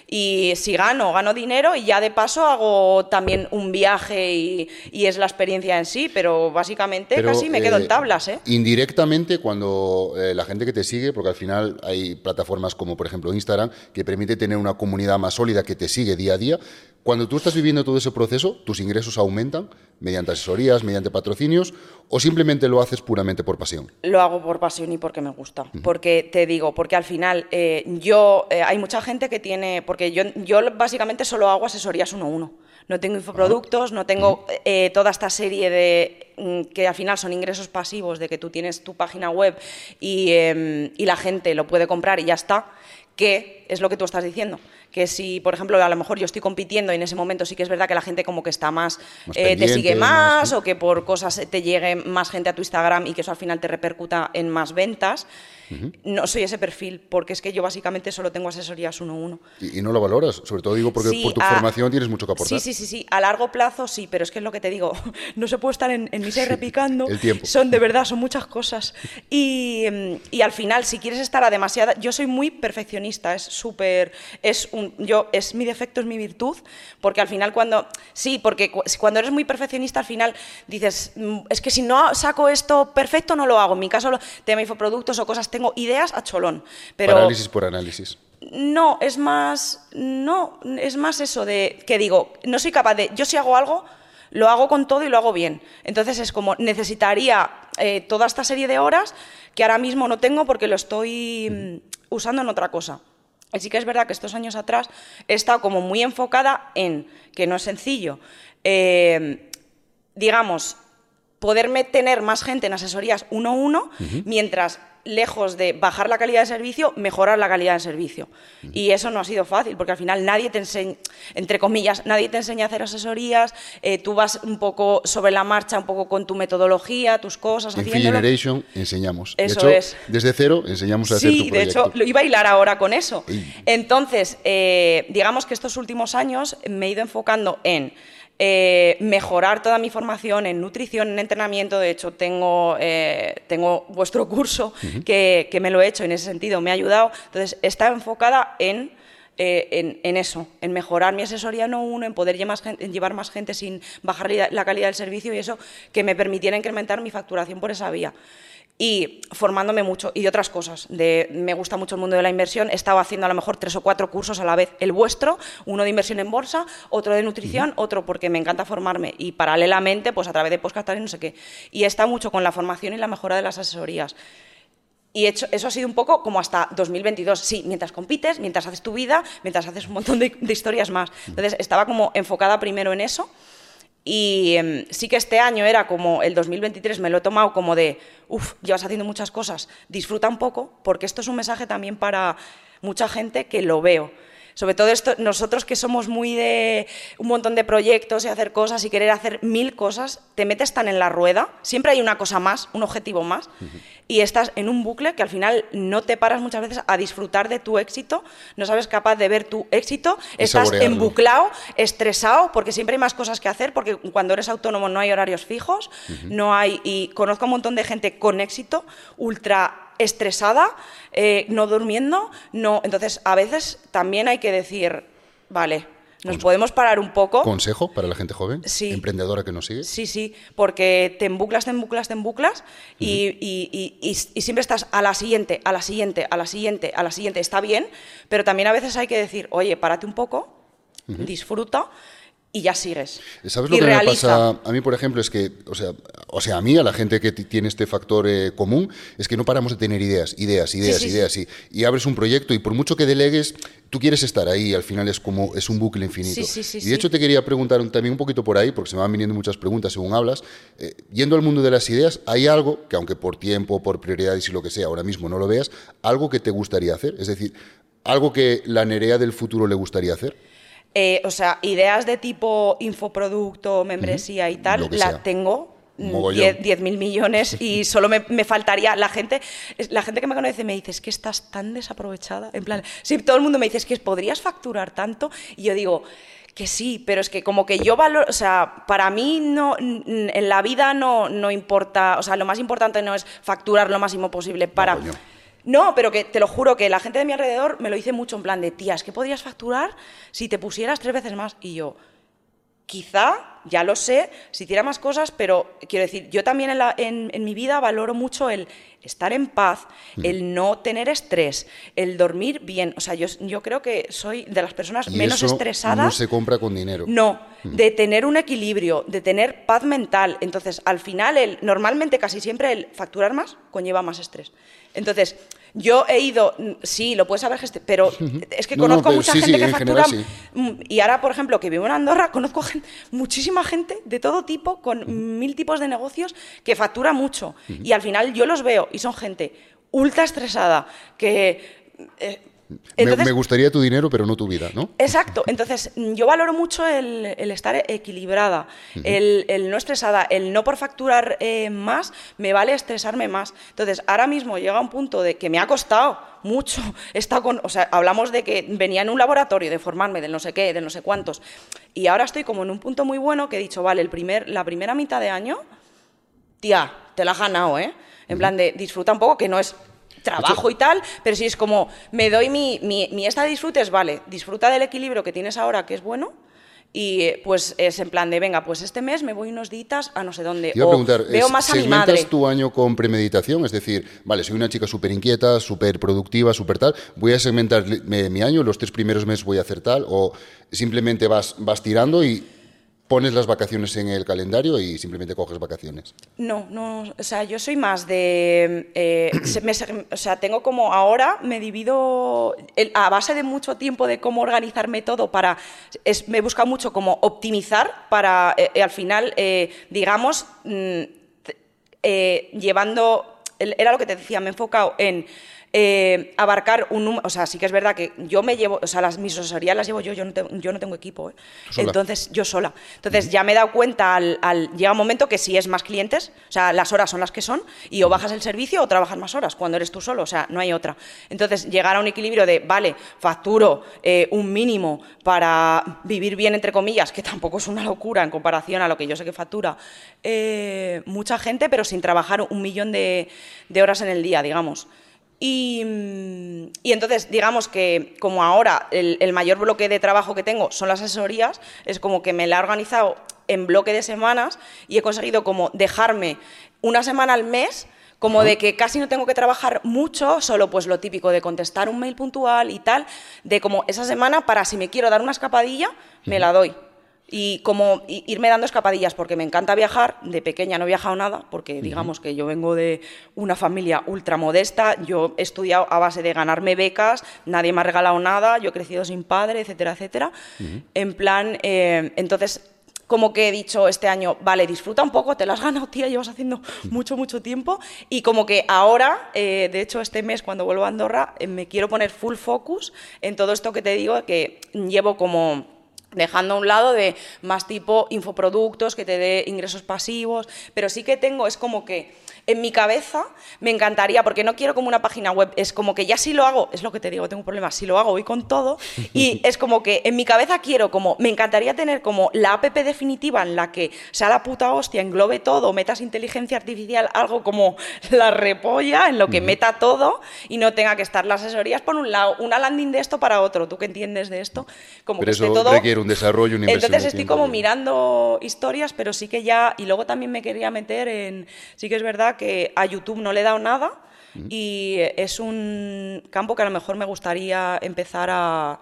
y si gano, gano dinero, y ya de paso hago también un viaje y, y es la experiencia en sí, pero básicamente pero, casi me eh, quedo en tablas, ¿eh? Indirectamente, cuando eh, la gente que te sigue, porque al final hay plataformas como por ejemplo Instagram, que permite tener una comunidad más sólida que te sigue día a día, cuando tú estás viviendo todo ese proceso, tus ingresos aumentan mediante asesorías, mediante patrocinios, o simplemente lo haces puramente por pasión. Lo hago por pasión y porque me gusta, uh-huh. porque te digo, porque al final eh, yo, eh, hay mucha gente que tiene, porque yo, yo básicamente solo hago asesorías uno a uno, no tengo infoproductos, uh-huh. no tengo eh, toda esta serie de, mm, que al final son ingresos pasivos, de que tú tienes tu página web y, eh, y la gente lo puede comprar y ya está, que es lo que tú estás diciendo. Que si, por ejemplo, a lo mejor yo estoy compitiendo y en ese momento sí que es verdad que la gente como que está más, más eh, pendiente, te sigue más, más ¿sí? o que por cosas te llegue más gente a tu Instagram y que eso al final te repercuta en más ventas. Uh-huh. No soy ese perfil, porque es que yo básicamente solo tengo asesorías uno a uno. ¿Y, y no lo valoras? Sobre todo digo porque sí, por tu a, formación tienes mucho que aportar. Sí, sí, sí, sí. A largo plazo sí, pero es que es lo que te digo, no se puede estar en, en misa y repicando. El tiempo. Son, de verdad, son muchas cosas. Y, y al final, si quieres estar a demasiada... Yo soy muy perfeccionista, es súper... Es un, yo, es mi defecto, es mi virtud, porque al final cuando... Sí, porque cuando eres muy perfeccionista, al final dices, es que si no saco esto perfecto, no lo hago. En mi caso, tema infoproductos o cosas, tengo ideas a cholón. Pero parálisis por análisis. No, es más... No, es más eso de... Que digo, no soy capaz de... Yo si hago algo, lo hago con todo y lo hago bien. Entonces es como, necesitaría eh, toda esta serie de horas que ahora mismo no tengo porque lo estoy mm, usando en otra cosa. Y sí que es verdad que estos años atrás he estado como muy enfocada en, que no es sencillo, eh, digamos, poderme tener más gente en asesorías uno a uno, uh-huh. mientras, lejos de bajar la calidad de servicio, mejorar la calidad de servicio. Uh-huh. Y eso no ha sido fácil, porque al final nadie te enseña, entre comillas, nadie te enseña a hacer asesorías, eh, tú vas un poco sobre la marcha, un poco con tu metodología, tus cosas, en haciéndolo. Free Generation enseñamos. Eso de hecho, es. Desde cero enseñamos a hacer sí, tu proyecto. Sí, de hecho, lo iba a hilar ahora con eso. Y... Entonces, eh, digamos que estos últimos años me he ido enfocando en Eh, mejorar toda mi formación en nutrición, en entrenamiento. De hecho, tengo, eh, tengo vuestro curso uh-huh. que, que me lo he hecho, en ese sentido me ha ayudado. Entonces, está enfocada en, eh, en, en eso, en mejorar mi asesoría uno a uno, en poder llevar más, gente, en llevar más gente sin bajar la calidad del servicio, y eso que me permitiera incrementar mi facturación por esa vía. Y formándome mucho, y de otras cosas. De, me gusta mucho el mundo de la inversión. He estado haciendo a lo mejor tres o cuatro cursos a la vez. El vuestro, uno de inversión en bolsa, otro de nutrición, uh-huh. otro porque me encanta formarme. Y paralelamente, pues a través de podcasts y no sé qué. Y he estado mucho con la formación y la mejora de las asesorías. Y hecho, eso ha sido un poco como hasta dos mil veintidós. Sí, mientras compites, mientras haces tu vida, mientras haces un montón de, de historias más. Entonces, estaba como enfocada primero en eso. Y eh, sí que este año era como, el dos mil veintitrés me lo he tomado como de, uff, llevas haciendo muchas cosas, disfruta un poco, porque esto es un mensaje también para mucha gente que lo veo. Sobre todo esto, nosotros que somos muy de un montón de proyectos y hacer cosas y querer hacer mil cosas, te metes tan en la rueda, siempre hay una cosa más, un objetivo más, uh-huh. y estás en un bucle que al final no te paras muchas veces a disfrutar de tu éxito, no sabes capaz de ver tu éxito, y estás saborearlo. Embuclado, estresado, porque siempre hay más cosas que hacer, porque cuando eres autónomo no hay horarios fijos, uh-huh. no hay, y conozco un montón de gente con éxito, ultra estresada, eh, no durmiendo, no. Entonces, a veces también hay que decir, vale, nos Conse- podemos parar un poco. ¿Consejo para la gente joven? Sí. ¿Emprendedora que nos sigue? Sí, sí, porque te embuclas, te embuclas, te embuclas uh-huh. y, y, y, y, y siempre estás a la siguiente, a la siguiente, a la siguiente, a la siguiente. Está bien, pero también a veces hay que decir, oye, párate un poco, uh-huh. disfruta, y ya sigues. ¿Sabes lo y que realiza. me pasa a mí, por ejemplo? Es que, o sea, o sea, a mí, a la gente que t- tiene este factor eh, común, es que no paramos de tener ideas, ideas, ideas, sí, sí, ideas, sí. Y, y abres un proyecto y por mucho que delegues, tú quieres estar ahí, al final es como, es un bucle infinito. Sí, sí, sí, y de sí. hecho te quería preguntar un, también un poquito por ahí, porque se me van viniendo muchas preguntas según hablas, eh, yendo al mundo de las ideas, ¿hay algo, que aunque por tiempo, por prioridades y lo que sea, ahora mismo no lo veas, algo que te gustaría hacer? Es decir, algo que la Nerea del futuro le gustaría hacer. Eh, o sea, ideas de tipo infoproducto, membresía uh-huh. y tal, la sea. tengo diez mil millones y solo me, me faltaría la gente, la gente que me conoce me dice, es que estás tan desaprovechada, en plan, sí, todo el mundo me dice, es que podrías facturar tanto, y yo digo, que sí, pero es que como que yo valoro, o sea, para mí no, en la vida no, no importa, o sea, lo más importante no es facturar lo máximo posible para... No, No, pero que te lo juro que la gente de mi alrededor me lo dice mucho en plan de, tía, es que podrías facturar si te pusieras tres veces más. Y yo, quizá, ya lo sé, si hiciera más cosas, pero quiero decir, yo también en, la, en, en mi vida valoro mucho el estar en paz, mm. el no tener estrés, el dormir bien. O sea, yo, yo creo que soy de las personas y menos eso estresadas. No se compra con dinero. No, mm. de tener un equilibrio, de tener paz mental. Entonces, al final, el, normalmente, casi siempre, el facturar más conlleva más estrés. Entonces, yo he ido, sí, lo puedes saber, pero es que no, conozco no, mucha sí, gente sí, que factura. General, sí. Y ahora, por ejemplo, que vivo en Andorra, conozco gente, muchísima gente de todo tipo, con uh-huh. mil tipos de negocios, que factura mucho. Uh-huh. Y al final yo los veo y son gente ultra estresada, que... Eh, Entonces, me, me gustaría tu dinero, pero no tu vida, ¿no? Exacto. Entonces, yo valoro mucho el, el estar equilibrada, uh-huh. el, el no estresada, el no por facturar eh, más, me vale estresarme más. Entonces, ahora mismo llega un punto de que me ha costado mucho. He estado con, o sea, hablamos de que venía en un laboratorio de formarme, del no sé qué, del no sé cuántos. Y ahora estoy como en un punto muy bueno que he dicho, vale, el primer, la primera mitad de año, tía, te la has ganado, ¿eh? En uh-huh. plan de disfruta un poco, que no es... trabajo y tal, pero si es como, me doy mi, mi, mi esta de disfrutes, vale, disfruta del equilibrio que tienes ahora, que es bueno, y pues es en plan de, venga, pues este mes me voy unos días a no sé dónde, iba a preguntar, veo más a mi madre. ¿Segmentas tu año con premeditación? Es decir, vale, soy una chica súper inquieta, súper productiva, súper tal, voy a segmentar mi, mi año, los tres primeros meses voy a hacer tal, o simplemente vas, vas tirando y... pones las vacaciones en el calendario y simplemente coges vacaciones. No, no, o sea, yo soy más de... Eh, se, me, o sea, tengo como ahora, me divido el, a base de mucho tiempo de cómo organizarme todo para... Es, me busca mucho como optimizar para, eh, al final, eh, digamos, mm, eh, llevando... Era lo que te decía, me he enfocado en... Eh, abarcar un número, o sea, sí que es verdad que yo me llevo, o sea, las, mis asesorías las llevo yo, yo no, te, yo no tengo equipo, ¿eh? Entonces, yo sola. Entonces, uh-huh. ya me he dado cuenta, al, al, llega un momento que si es más clientes, o sea, las horas son las que son, y o bajas el servicio o trabajas más horas, cuando eres tú solo, o sea, no hay otra. Entonces, llegar a un equilibrio de, vale, facturo eh, un mínimo para vivir bien, entre comillas, que tampoco es una locura en comparación a lo que yo sé que factura eh, mucha gente, pero sin trabajar un millón de, de horas en el día, digamos. Y, y entonces, digamos que como ahora el, el mayor bloque de trabajo que tengo son las asesorías, es como que me la he organizado en bloque de semanas y he conseguido como dejarme una semana al mes, como de que casi no tengo que trabajar mucho, solo pues lo típico de contestar un mail puntual y tal, de como esa semana para si me quiero dar una escapadilla, me la doy. Y como irme dando escapadillas, porque me encanta viajar. De pequeña no he viajado nada, porque digamos que yo vengo de una familia ultra modesta, yo he estudiado a base de ganarme becas, nadie me ha regalado nada, yo he crecido sin padre, etcétera, etcétera. Uh-huh. En plan, eh, entonces, como que he dicho este año, vale, disfruta un poco, te lo has ganado, tía, llevas haciendo mucho, mucho tiempo. Y como que ahora, eh, de hecho, este mes cuando vuelvo a Andorra, eh, me quiero poner full focus en todo esto que te digo, que llevo como dejando a un lado de más tipo infoproductos, que te dé ingresos pasivos, pero sí que tengo, es como que en mi cabeza me encantaría, porque no quiero como una página web, es como que ya si lo hago, es lo que te digo, tengo un problema, si lo hago voy con todo, y es como que en mi cabeza quiero como, me encantaría tener como la app definitiva en la que sea la puta hostia, englobe todo, metas inteligencia artificial, algo como la repolla, en lo que meta todo y no tenga que estar las asesorías por un lado, una landing de esto para otro, tú que entiendes de esto, como pero que eso esté todo... requiere un desarrollo, una inversión. Entonces de estoy tiempo, como ¿no? mirando historias, pero sí que ya, y luego también me quería meter en, sí que es verdad que a YouTube no le he dado nada y es un campo que a lo mejor me gustaría empezar a,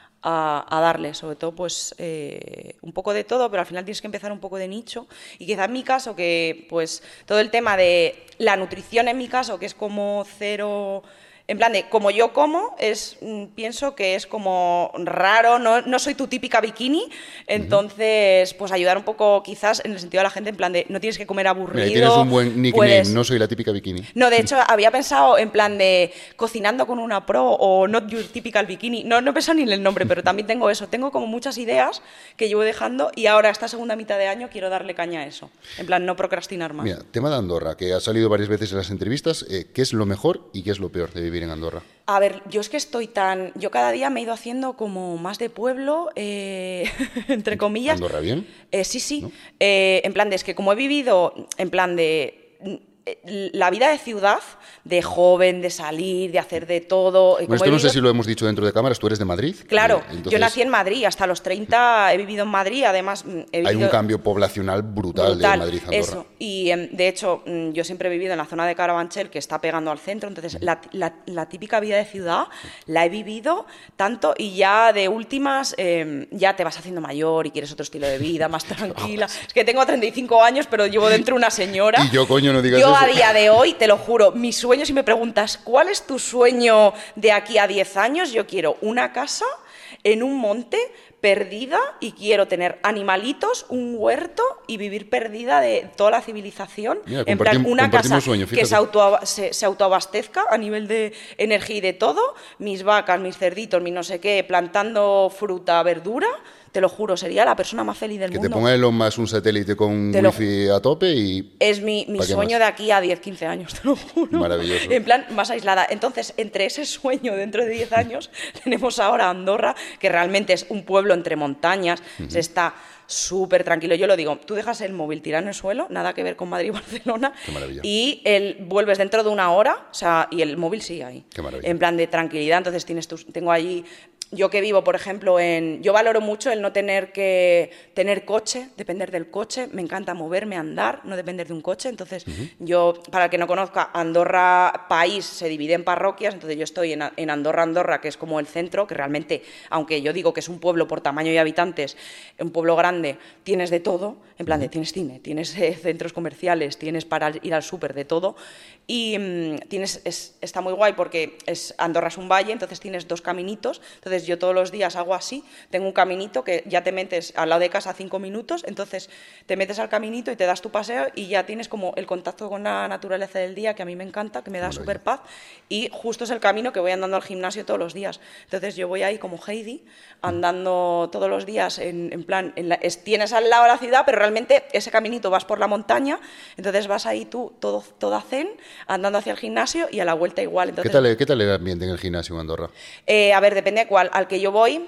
a, a darle, sobre todo pues eh, un poco de todo, pero al final tienes que empezar un poco de nicho y quizá en mi caso que pues todo el tema de la nutrición en mi caso, que es como cero... En plan de, como yo como, es, pienso que es como raro, no, no soy tu típica bikini, entonces, pues ayudar un poco quizás en el sentido de la gente, en plan de, no tienes que comer aburrido. Mira, tienes un buen nickname, puedes... no soy la típica bikini. No, de hecho, había pensado en plan de cocinando con una pro o not your typical bikini, no, no he pensado ni en el nombre, pero también tengo eso, tengo como muchas ideas que llevo dejando y ahora esta segunda mitad de año quiero darle caña a eso, en plan no procrastinar más. Mira, tema de Andorra, que ha salido varias veces en las entrevistas, eh, ¿qué es lo mejor y qué es lo peor de vivir en Andorra? A ver, yo es que estoy tan... Yo cada día me he ido haciendo como más de pueblo, eh, entre comillas. ¿Andorra bien? Eh, sí, sí. ¿No? Eh, en plan de, es que como he vivido, en plan de... La vida de ciudad, de joven, de salir, de hacer de todo... Bueno, esto no sé si lo hemos dicho dentro de cámaras, tú eres de Madrid. Claro, eh, entonces... yo nací en Madrid, hasta los treinta he vivido en Madrid, además... He vivido... Hay un cambio poblacional brutal, brutal de Madrid a Andorra. Eso, y de hecho yo siempre he vivido en la zona de Carabanchel, que está pegando al centro, entonces la, la, la típica vida de ciudad la he vivido tanto y ya de últimas eh, ya te vas haciendo mayor y quieres otro estilo de vida, más tranquila. Es que tengo treinta y cinco años, pero llevo dentro una señora. Y yo, coño, no digas yo eso. A día de hoy, te lo juro, mi sueño, si me preguntas, ¿cuál es tu sueño de aquí a diez años? Yo quiero una casa en un monte perdida y quiero tener animalitos, un huerto y vivir perdida de toda la civilización. Mira, en plan, una casa sueño, que se, auto, se, se autoabastezca a nivel de energía y de todo, mis vacas, mis cerditos, mi no sé qué, plantando fruta, verdura. Te lo juro, sería la persona más feliz del que mundo. Que te ponga Elon Musk un satélite con te wifi lo... a tope y... Es mi, mi sueño de aquí a diez, quince años, te lo juro. Maravilloso. En plan, más aislada. Entonces, entre ese sueño dentro de diez años, tenemos ahora Andorra, que realmente es un pueblo entre montañas, uh-huh. se está súper tranquilo. Yo lo digo, tú dejas el móvil tirado en el suelo, nada que ver con Madrid y Barcelona, Qué maravilla. y el, vuelves dentro de una hora, o sea, y el móvil sigue ahí. Qué maravilla. En plan de tranquilidad, entonces tienes tus, tengo allí... Yo que vivo, por ejemplo, en... Yo valoro mucho el no tener que tener coche, depender del coche. Me encanta moverme, andar, no depender de un coche. Entonces, uh-huh. yo, para el que no conozca, Andorra país se divide en parroquias. Entonces, yo estoy en, en Andorra, Andorra, que es como el centro, que realmente, aunque yo digo que es un pueblo por tamaño y habitantes, un pueblo grande, tienes de todo. En plan, uh-huh. de, tienes cine, tienes eh, centros comerciales, tienes para ir al súper, de todo. Y mmm, tienes, es, está muy guay porque es, Andorra es un valle, entonces tienes dos caminitos. Entonces, yo todos los días hago así, tengo un caminito que ya te metes al lado de casa cinco minutos, entonces te metes al caminito y te das tu paseo y ya tienes como el contacto con la naturaleza del día, que a mí me encanta, que me da súper paz, y justo es el camino que voy andando al gimnasio todos los días. Entonces yo voy ahí como Heidi, andando todos los días, en, en plan, en la, es, tienes al lado la ciudad, pero realmente ese caminito vas por la montaña, entonces vas ahí tú, todo, toda zen, andando hacia el gimnasio y a la vuelta igual. Entonces, ¿Qué tal, ¿Qué tal el ambiente en el gimnasio en Andorra? Eh, a ver, depende de cuál. Al que yo voy,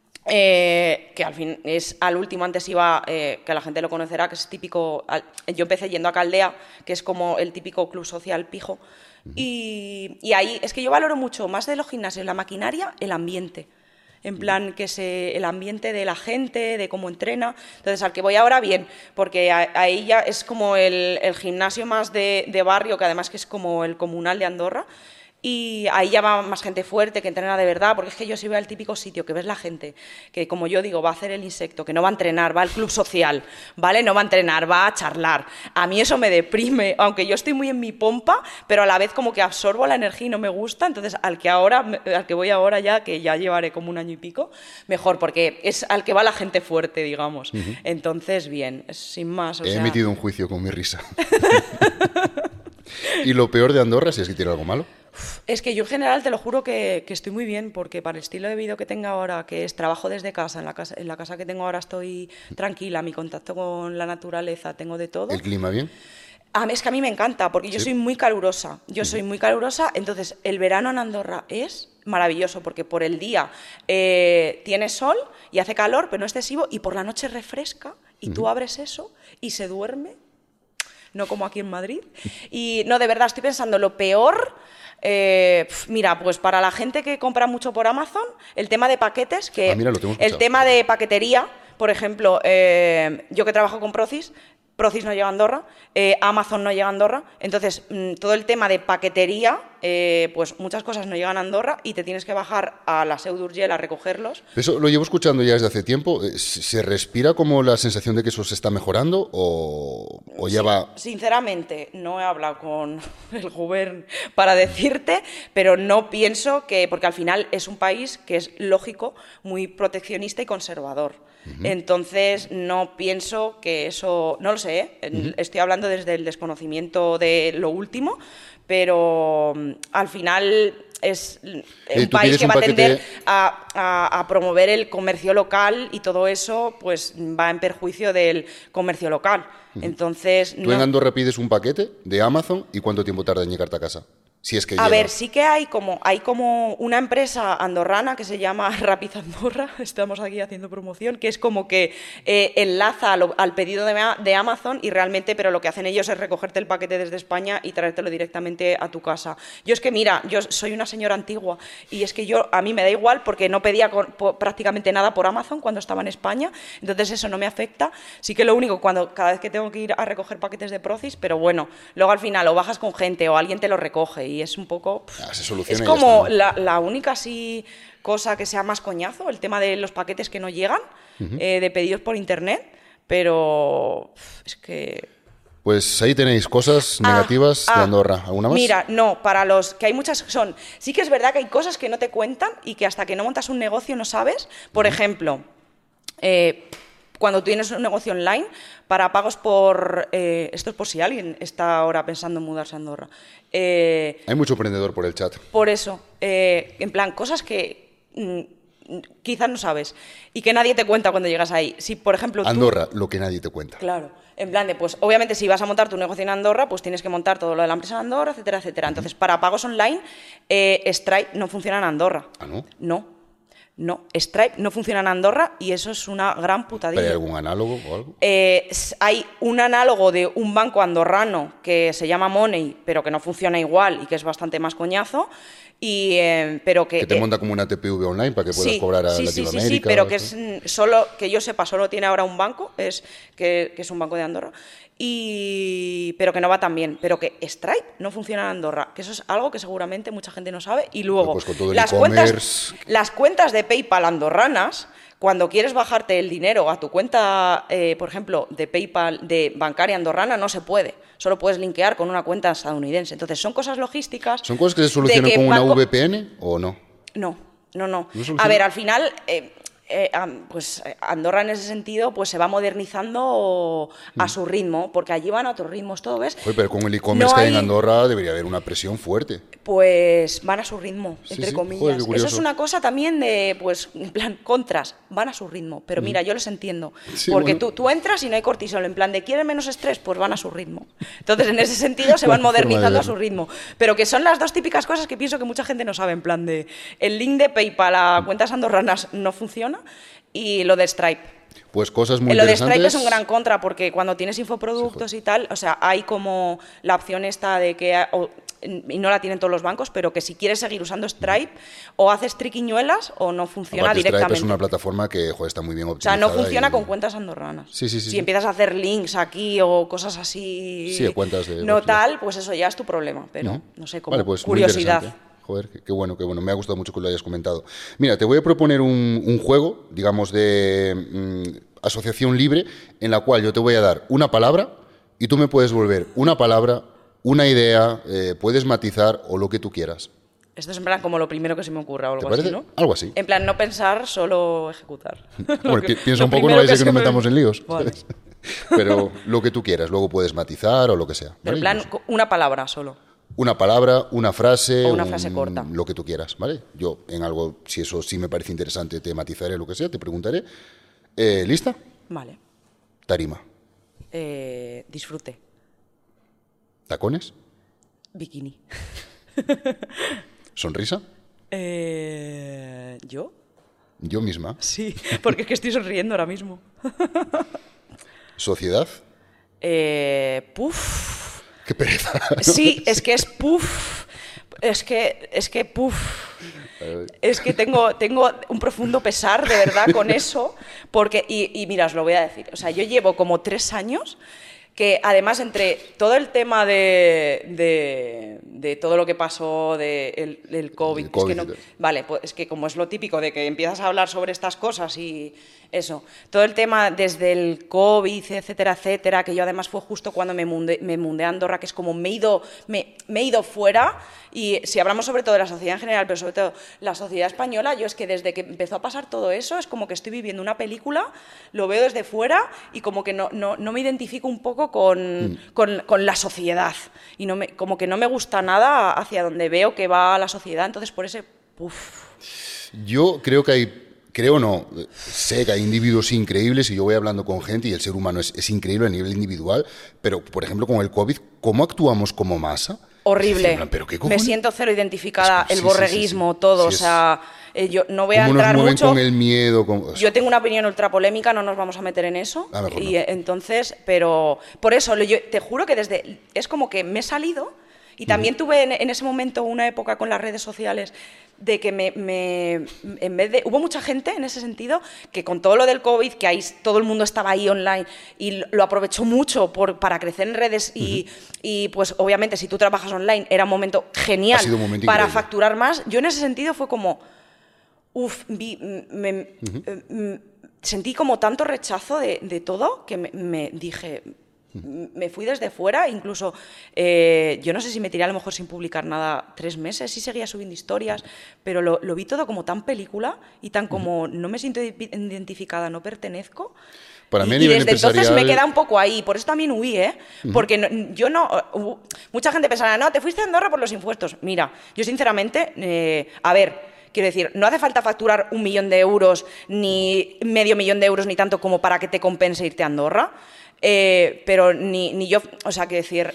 eh, que al fin es al último, antes iba, eh, que la gente lo conocerá, que es típico, al, yo empecé yendo a Caldea, que es como el típico club social pijo, uh-huh. y, y ahí es que yo valoro mucho, más de los gimnasios, la maquinaria, el ambiente. En plan, que se, el ambiente de la gente, de cómo entrena. Entonces, al que voy ahora, bien, porque ahí ya es como el, el gimnasio más de, de barrio, que además que es como el comunal de Andorra. y ahí ya va más gente fuerte que entrena de verdad, porque es que yo si voy al típico sitio que ves la gente que, como yo digo, va a hacer el insecto, que no va a entrenar, va al club social, ¿vale? No va a entrenar, va a charlar. A mí eso me deprime, aunque yo estoy muy en mi pompa, pero a la vez como que absorbo la energía y no me gusta, entonces al que ahora, al que voy ahora ya, que ya llevaré como un año y pico, mejor, porque es al que va la gente fuerte, digamos. Uh-huh. Entonces, bien, sin más. O He sea... emitido un juicio con mi risa. ¿Y lo peor de Andorra, si es que tiene algo malo? Es que yo en general te lo juro que, que estoy muy bien, porque para el estilo de vida que tengo ahora, que es trabajo desde casa, en la casa, en la casa que tengo ahora estoy tranquila, mi contacto con la naturaleza, tengo de todo. ¿El clima bien? A mí, es que a mí me encanta, porque yo ¿Sí? soy muy calurosa, yo soy muy calurosa, entonces el verano en Andorra es maravilloso, porque por el día eh, tiene sol y hace calor, pero no excesivo, y por la noche refresca, y uh-huh. tú abres eso y se duerme, no como aquí en Madrid. Y no, de verdad, estoy pensando, lo peor... Eh, mira, pues para la gente que compra mucho por Amazon, el tema de paquetes, que ah, mira, lo tengo el tema de paquetería, por ejemplo, eh, yo que trabajo con Procis, Procis no llega a Andorra, eh, Amazon no llega a Andorra, entonces mmm, todo el tema de paquetería, eh, pues muchas cosas no llegan a Andorra y te tienes que bajar a la Seu d'Urgell a recogerlos. Eso lo llevo escuchando ya desde hace tiempo. ¿Se respira como la sensación de que eso se está mejorando o, o ya sí, va...? Sinceramente, no he hablado con el gobierno para decirte, pero no pienso que... Porque al final es un país que es lógico, muy proteccionista y conservador. Uh-huh. Entonces, no pienso que eso... No lo sé, ¿eh? Uh-huh. Estoy hablando desde el desconocimiento de lo último, pero al final es un país que un va paquete... a tender a, a, a promover el comercio local y todo eso pues va en perjuicio del comercio local. Uh-huh. Entonces, ¿Tú no... en Andorra pides un paquete de Amazon y cuánto tiempo tarda en llegarte a casa? Si es que a llega. ver, sí que hay como, hay como una empresa andorrana que se llama Rapid Andorra, estamos aquí haciendo promoción, que es como que eh, enlaza lo, al pedido de, de Amazon y realmente, pero lo que hacen ellos es recogerte el paquete desde España y traértelo directamente a tu casa. Yo es que, mira, yo soy una señora antigua y es que yo, a mí me da igual porque no pedía con, por, prácticamente nada por Amazon cuando estaba en España, entonces eso no me afecta. Sí que lo único, cuando cada vez que tengo que ir a recoger paquetes de Procis, pero bueno, luego al final o bajas con gente o alguien te lo recoge y es un poco... Ah, se soluciona es como está, ¿no? la, la única así cosa que sea más coñazo, el tema de los paquetes que no llegan, uh-huh. eh, de pedidos por internet, pero es que... Pues ahí tenéis cosas negativas ah, ah, de Andorra. ¿Alguna más? Mira, no, para los que hay muchas son... Sí que es verdad que hay cosas que no te cuentan y que hasta que no montas un negocio no sabes. Por uh-huh. ejemplo... Eh, cuando tienes un negocio online, para pagos por... Eh, esto es por si alguien está ahora pensando en mudarse a Andorra. Eh, Hay mucho emprendedor por el chat. Por eso. Eh, en plan, cosas que mm, quizás no sabes y que nadie te cuenta cuando llegas ahí. Si, por ejemplo, tú, Andorra, lo que nadie te cuenta. Claro. En plan de, pues, obviamente, si vas a montar tu negocio en Andorra, pues tienes que montar todo lo de la empresa en Andorra, etcétera, etcétera. Entonces, para pagos online, eh, Stripe no funciona en Andorra. ¿Ah, no? No. No, Stripe no funciona en Andorra y eso es una gran putadilla. ¿Pero hay algún análogo o algo? Eh, hay un análogo de un banco andorrano que se llama Money, pero que no funciona igual y que es bastante más coñazo. Y, eh, pero que, que te eh, monta como una T P V online para que puedas sí, cobrar a sí, Latinoamérica. Sí, sí, sí, pero que es solo, que yo sepa, solo tiene ahora un banco, es que, que es un banco de Andorra, y, pero que no va tan bien. Pero que Stripe no funciona en Andorra, que eso es algo que seguramente mucha gente no sabe. Y luego, pues con todo el las, cuentas, las cuentas de PayPal andorranas, cuando quieres bajarte el dinero a tu cuenta, eh, por ejemplo, de PayPal, de bancaria andorrana, no se puede. Solo puedes linkear con una cuenta estadounidense. Entonces, son cosas logísticas. ¿Son cosas que se solucionan que con una V P N o no? No, no, no. ¿No a ver, al final... Eh, Eh, pues Andorra en ese sentido pues se va modernizando a su ritmo, porque allí van a otros ritmos, todo, ¿ves? Oye, pero con el e-commerce no que hay en Andorra debería haber una presión fuerte. Pues van a su ritmo, sí, entre sí. comillas. Joder, eso es una cosa también de, pues, en plan, contras, van a su ritmo. Pero mira, mm. yo los entiendo. Sí, porque bueno. tú, tú entras y no hay cortisol, en plan de ¿quieren menos estrés? Pues van a su ritmo. Entonces, en ese sentido, se van modernizando a su ritmo. Pero que son las dos típicas cosas que pienso que mucha gente no sabe, en plan de el link de PayPal a cuentas andorranas no funciona. Y lo de Stripe. Pues cosas muy lo interesantes. Lo de Stripe es un gran contra, porque cuando tienes infoproductos sí, y tal, o sea, hay como la opción esta de que, o, y no la tienen todos los bancos, pero que si quieres seguir usando Stripe, o haces triquiñuelas o no funciona Aparte, directamente. Stripe es una plataforma que joder, está muy bien optimizada. O sea, no funciona y... con cuentas andorranas. Sí, sí, sí. Si sí. empiezas a hacer links aquí o cosas así, sí, cuentas de no tal, pues eso ya es tu problema, pero no, no sé, como vale, pues curiosidad. Joder, qué, qué bueno, qué bueno. Me ha gustado mucho que lo hayas comentado. Mira, te voy a proponer un, un juego, digamos, de mm, asociación libre, en la cual yo te voy a dar una palabra y tú me puedes volver una palabra, una idea, eh, puedes matizar o lo que tú quieras. Esto es en plan como lo primero que se me ocurra o algo ¿Te parece? así, ¿no? Algo así. En plan, no pensar, solo ejecutar. Bueno, que, piensa un poco, no vaya a ser que nos metamos en líos. Vale. Pero lo que tú quieras, luego puedes matizar o lo que sea. ¿Vale? Pero en plan, Incluso una palabra solo. una palabra, una frase, O una un- frase corta. lo que tú quieras, ¿vale? Yo en algo, si eso sí me parece interesante, te matizaré lo que sea, te preguntaré. Eh, ¿Lista? Vale. Tarima. Eh, disfrute. ¿Tacones? Bikini. ¿Sonrisa? Eh, ¿Yo? Yo misma. Sí, porque es que estoy sonriendo ahora mismo. ¿Sociedad? Eh, puf. Qué pereza. Sí, es que es puf. Es que, es que puf. Es que tengo, tengo un profundo pesar, de verdad, con eso. Porque, y, y mira, os lo voy a decir. O sea, yo llevo como tres años que, además, entre todo el tema de, de, de todo lo que pasó del de el COVID, El COVID es que no, y tal. vale, pues es que como es lo típico de que empiezas a hablar sobre estas cosas y eso, todo el tema desde el COVID, etcétera, etcétera, que yo además fue justo cuando me mudé, me mudé a Andorra, que es como me he ido, me, me he ido fuera, y si hablamos sobre todo de la sociedad en general, pero sobre todo la sociedad española, yo es que desde que empezó a pasar todo eso, es como que estoy viviendo una película, lo veo desde fuera y como que no, no, no me identifico un poco con, mm. con, con la sociedad, y no me, como que no me gusta nada hacia donde veo que va la sociedad, entonces por ese... Uf. Yo creo que hay... Creo no, sé que hay individuos increíbles y yo voy hablando con gente y el ser humano es, es increíble a nivel individual, pero, por ejemplo, con el COVID, ¿cómo actuamos como masa? Horrible. Decir, ¿pero qué me siento cero identificada, es que, el sí, borreguismo, sí, sí, sí. todo, Sí, o sea, eh, yo no voy a ¿Cómo entrar nos mueven mucho. con el miedo? Con... O sea, yo tengo una opinión ultra polémica, no nos vamos a meter en eso. Ah, mejor y no. eh, entonces, pero por eso, yo te juro que desde, es como que me he salido. Y también tuve en, en ese momento una época con las redes sociales de que me, me, en vez de... Hubo mucha gente en ese sentido que con todo lo del COVID, que ahí todo el mundo estaba ahí online y lo aprovechó mucho por, para crecer en redes y, uh-huh. y pues obviamente si tú trabajas online era un momento genial un momento para increíble. facturar más. Yo en ese sentido fue como... Uf, vi, me, uh-huh. eh, sentí como tanto rechazo de, de todo que me, me dije... Me fui desde fuera, incluso eh, yo no sé si me tiré a lo mejor sin publicar nada tres meses, sí seguía subiendo historias, pero lo, lo vi todo como tan película y tan como no me siento identificada, no pertenezco. Para mí a y, nivel y desde empresarial... entonces me queda un poco ahí, por eso también huí, ¿eh? Uh-huh. Porque no, yo no... Uh, mucha gente pensará, no, te fuiste a Andorra por los impuestos. Mira, yo sinceramente, eh, a ver... Quiero decir, no hace falta facturar un millón de euros, ni medio millón de euros, ni tanto como para que te compense irte a Andorra. Eh, pero ni, ni yo, o sea, quiero decir,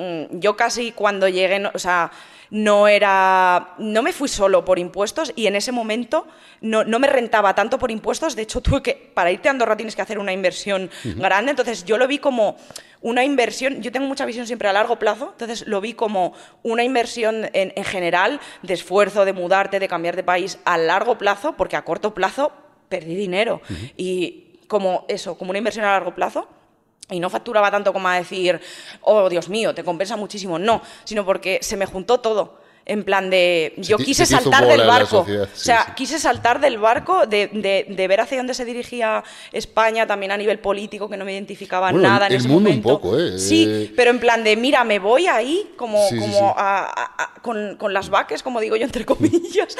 yo casi cuando llegué, no, o sea, no era, no me fui solo por impuestos y en ese momento no, no me rentaba tanto por impuestos. De hecho, tuve que, para irte a Andorra tienes que hacer una inversión uh-huh. grande, entonces yo lo vi como una inversión, yo tengo mucha visión siempre a largo plazo, entonces lo vi como una inversión en, en general, de esfuerzo, de mudarte, de cambiar de país a largo plazo, porque a corto plazo perdí dinero. Uh-huh. Y como eso, como una inversión a largo plazo, y no facturaba tanto como a decir, oh, Dios mío, te compensa muchísimo. No, sino porque se me juntó todo. En plan de... Yo se quise se saltar del barco. Sí, o sea, sí. quise saltar del barco, de, de, de ver hacia dónde se dirigía España, también a nivel político, que no me identificaba bueno, nada en el ese mundo momento. Un poco, ¿eh? Sí, pero en plan de, mira, me voy ahí como, sí, como sí, sí. A, a, a, con, con las vaques, como digo yo, entre comillas,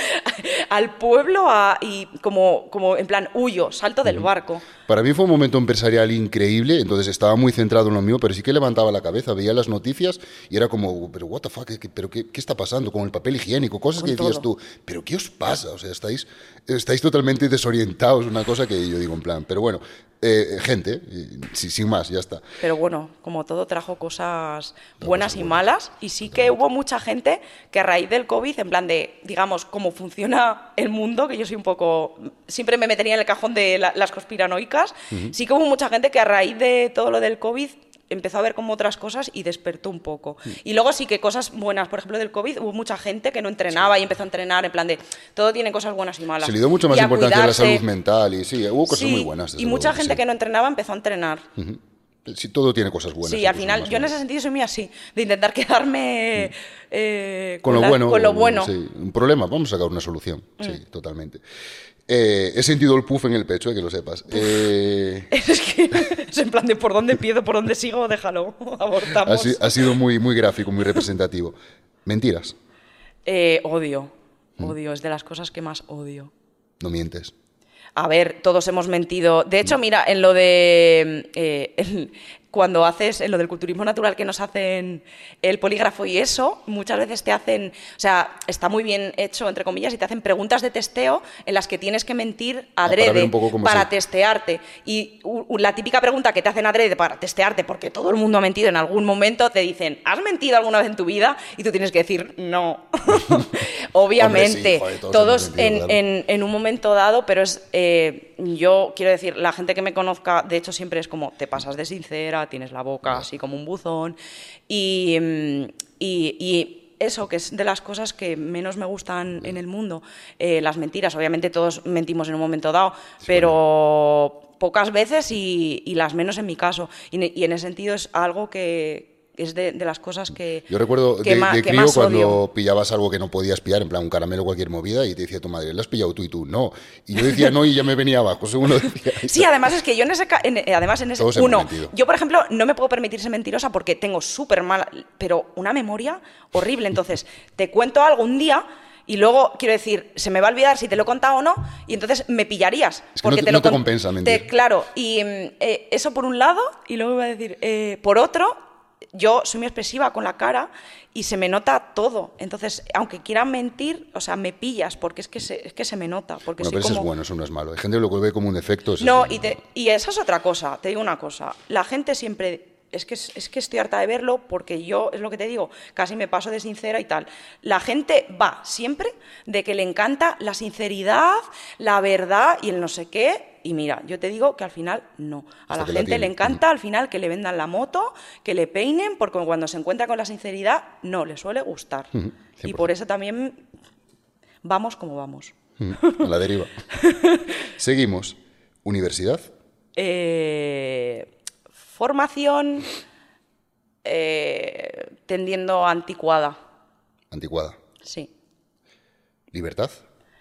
al pueblo a, y como, como en plan, huyo, salto del barco. Para mí fue un momento empresarial increíble, entonces estaba muy centrado en lo mío, pero sí que levantaba la cabeza, veía las noticias y era como, pero what the fuck, ¿qué, pero qué, qué está pasando con el papel higiénico? Cosas con que decías todo. tú, pero ¿qué os pasa? O sea, estáis, estáis totalmente desorientados, una cosa que yo digo en plan, pero bueno, eh, gente, sí, sin más, ya está. Pero bueno, como todo trajo cosas buenas y buenas. malas, y sí que hubo mucha gente que a raíz del COVID, en plan de, digamos, cómo funciona el mundo, que yo soy un poco, siempre me metería en el cajón de la, las conspiranoicas, uh-huh. sí que hubo mucha gente que a raíz de todo lo del COVID empezó a ver como otras cosas y despertó un poco. Sí. Y luego sí que cosas buenas, por ejemplo, del COVID, hubo mucha gente que no entrenaba sí. y empezó a entrenar en plan de, todo tiene cosas buenas y malas. Se le dio mucho más y importancia a, cuidarse. a la salud mental y sí, hubo cosas sí, muy buenas. Y mucha luego, gente sí. que no entrenaba empezó a entrenar. Uh-huh. Sí, todo tiene cosas buenas. Sí, al final, yo en ese sentido soy muy así, de intentar quedarme sí. eh, con, con, lo la, bueno, con lo bueno. Sí, un problema, vamos a sacar una solución. Mm. Sí, totalmente. Eh, he sentido el puff en el pecho, eh, que lo sepas. Eh... Es que es en plan de por dónde empiezo, por dónde sigo, déjalo, abortamos. Ha, ha sido muy, muy gráfico, muy representativo. Mentiras. Eh, odio, odio, mm. es de las cosas que más odio. No mientes. A ver, todos hemos mentido. De hecho, mira, en lo de... Eh, en, cuando haces, en lo del culturismo natural que nos hacen el polígrafo y eso, muchas veces te hacen... O sea, está muy bien hecho, entre comillas, y te hacen preguntas de testeo en las que tienes que mentir adrede para, para se... testearte. Y uh, la típica pregunta que te hacen adrede para testearte, porque todo el mundo ha mentido en algún momento, te dicen, ¿has mentido alguna vez en tu vida? Y tú tienes que decir, no. Obviamente, Hombre, sí, joder, todos, todos mentido, en, claro. en, en un momento dado, pero es... Eh, yo quiero decir, la gente que me conozca, de hecho siempre es como, te pasas de sincera, tienes la boca así como un buzón y, y, y eso, que es de las cosas que menos me gustan en el mundo, eh, las mentiras. Obviamente todos mentimos en un momento dado, sí, pero bueno. pocas veces y, y las menos en mi caso. Y, y en ese sentido es algo que... es de, de las cosas que Yo recuerdo que de, ma, de que crío más cuando odio. pillabas algo que no podías pillar, en plan un caramelo o cualquier movida, y te decía tu madre, ¿lo has pillado tú y tú? No. Y yo decía no y ya me venía abajo. Según lo decía. Sí, además es que yo en ese... En, además en ese Todos uno, hemos mentido. yo por ejemplo no me puedo permitir ser mentirosa porque tengo súper mala, pero una memoria horrible. Entonces te cuento algo un día... Y luego, quiero decir, se me va a olvidar si te lo he contado o no, y entonces me pillarías. Es que porque no te, te no lo te compensa mentir. Te, claro, y eh, eso por un lado, y luego iba a decir, eh, por otro, yo soy muy expresiva con la cara y se me nota todo. Entonces, aunque quieran mentir, o sea, me pillas, porque es que se, es que se me nota. Porque bueno, soy pero como... eso es bueno, eso no es malo. Hay gente que lo ve como un defecto. Eso No, es y, te, y esa es otra cosa, te digo una cosa. La gente siempre... Es que, es que estoy harta de verlo porque yo, es lo que te digo, casi me paso de sincera y tal. La gente va siempre de que le encanta la sinceridad, la verdad y el no sé qué. Y mira, yo te digo que al final no. A la gente le encanta al final que le vendan la moto, que le peinen, porque cuando se encuentra con la sinceridad no le suele gustar. Uh-huh, y por eso también vamos como vamos. Uh-huh, a la deriva. Seguimos. ¿Universidad? Eh... Formación eh, tendiendo a anticuada. ¿Anticuada? Sí. ¿Libertad?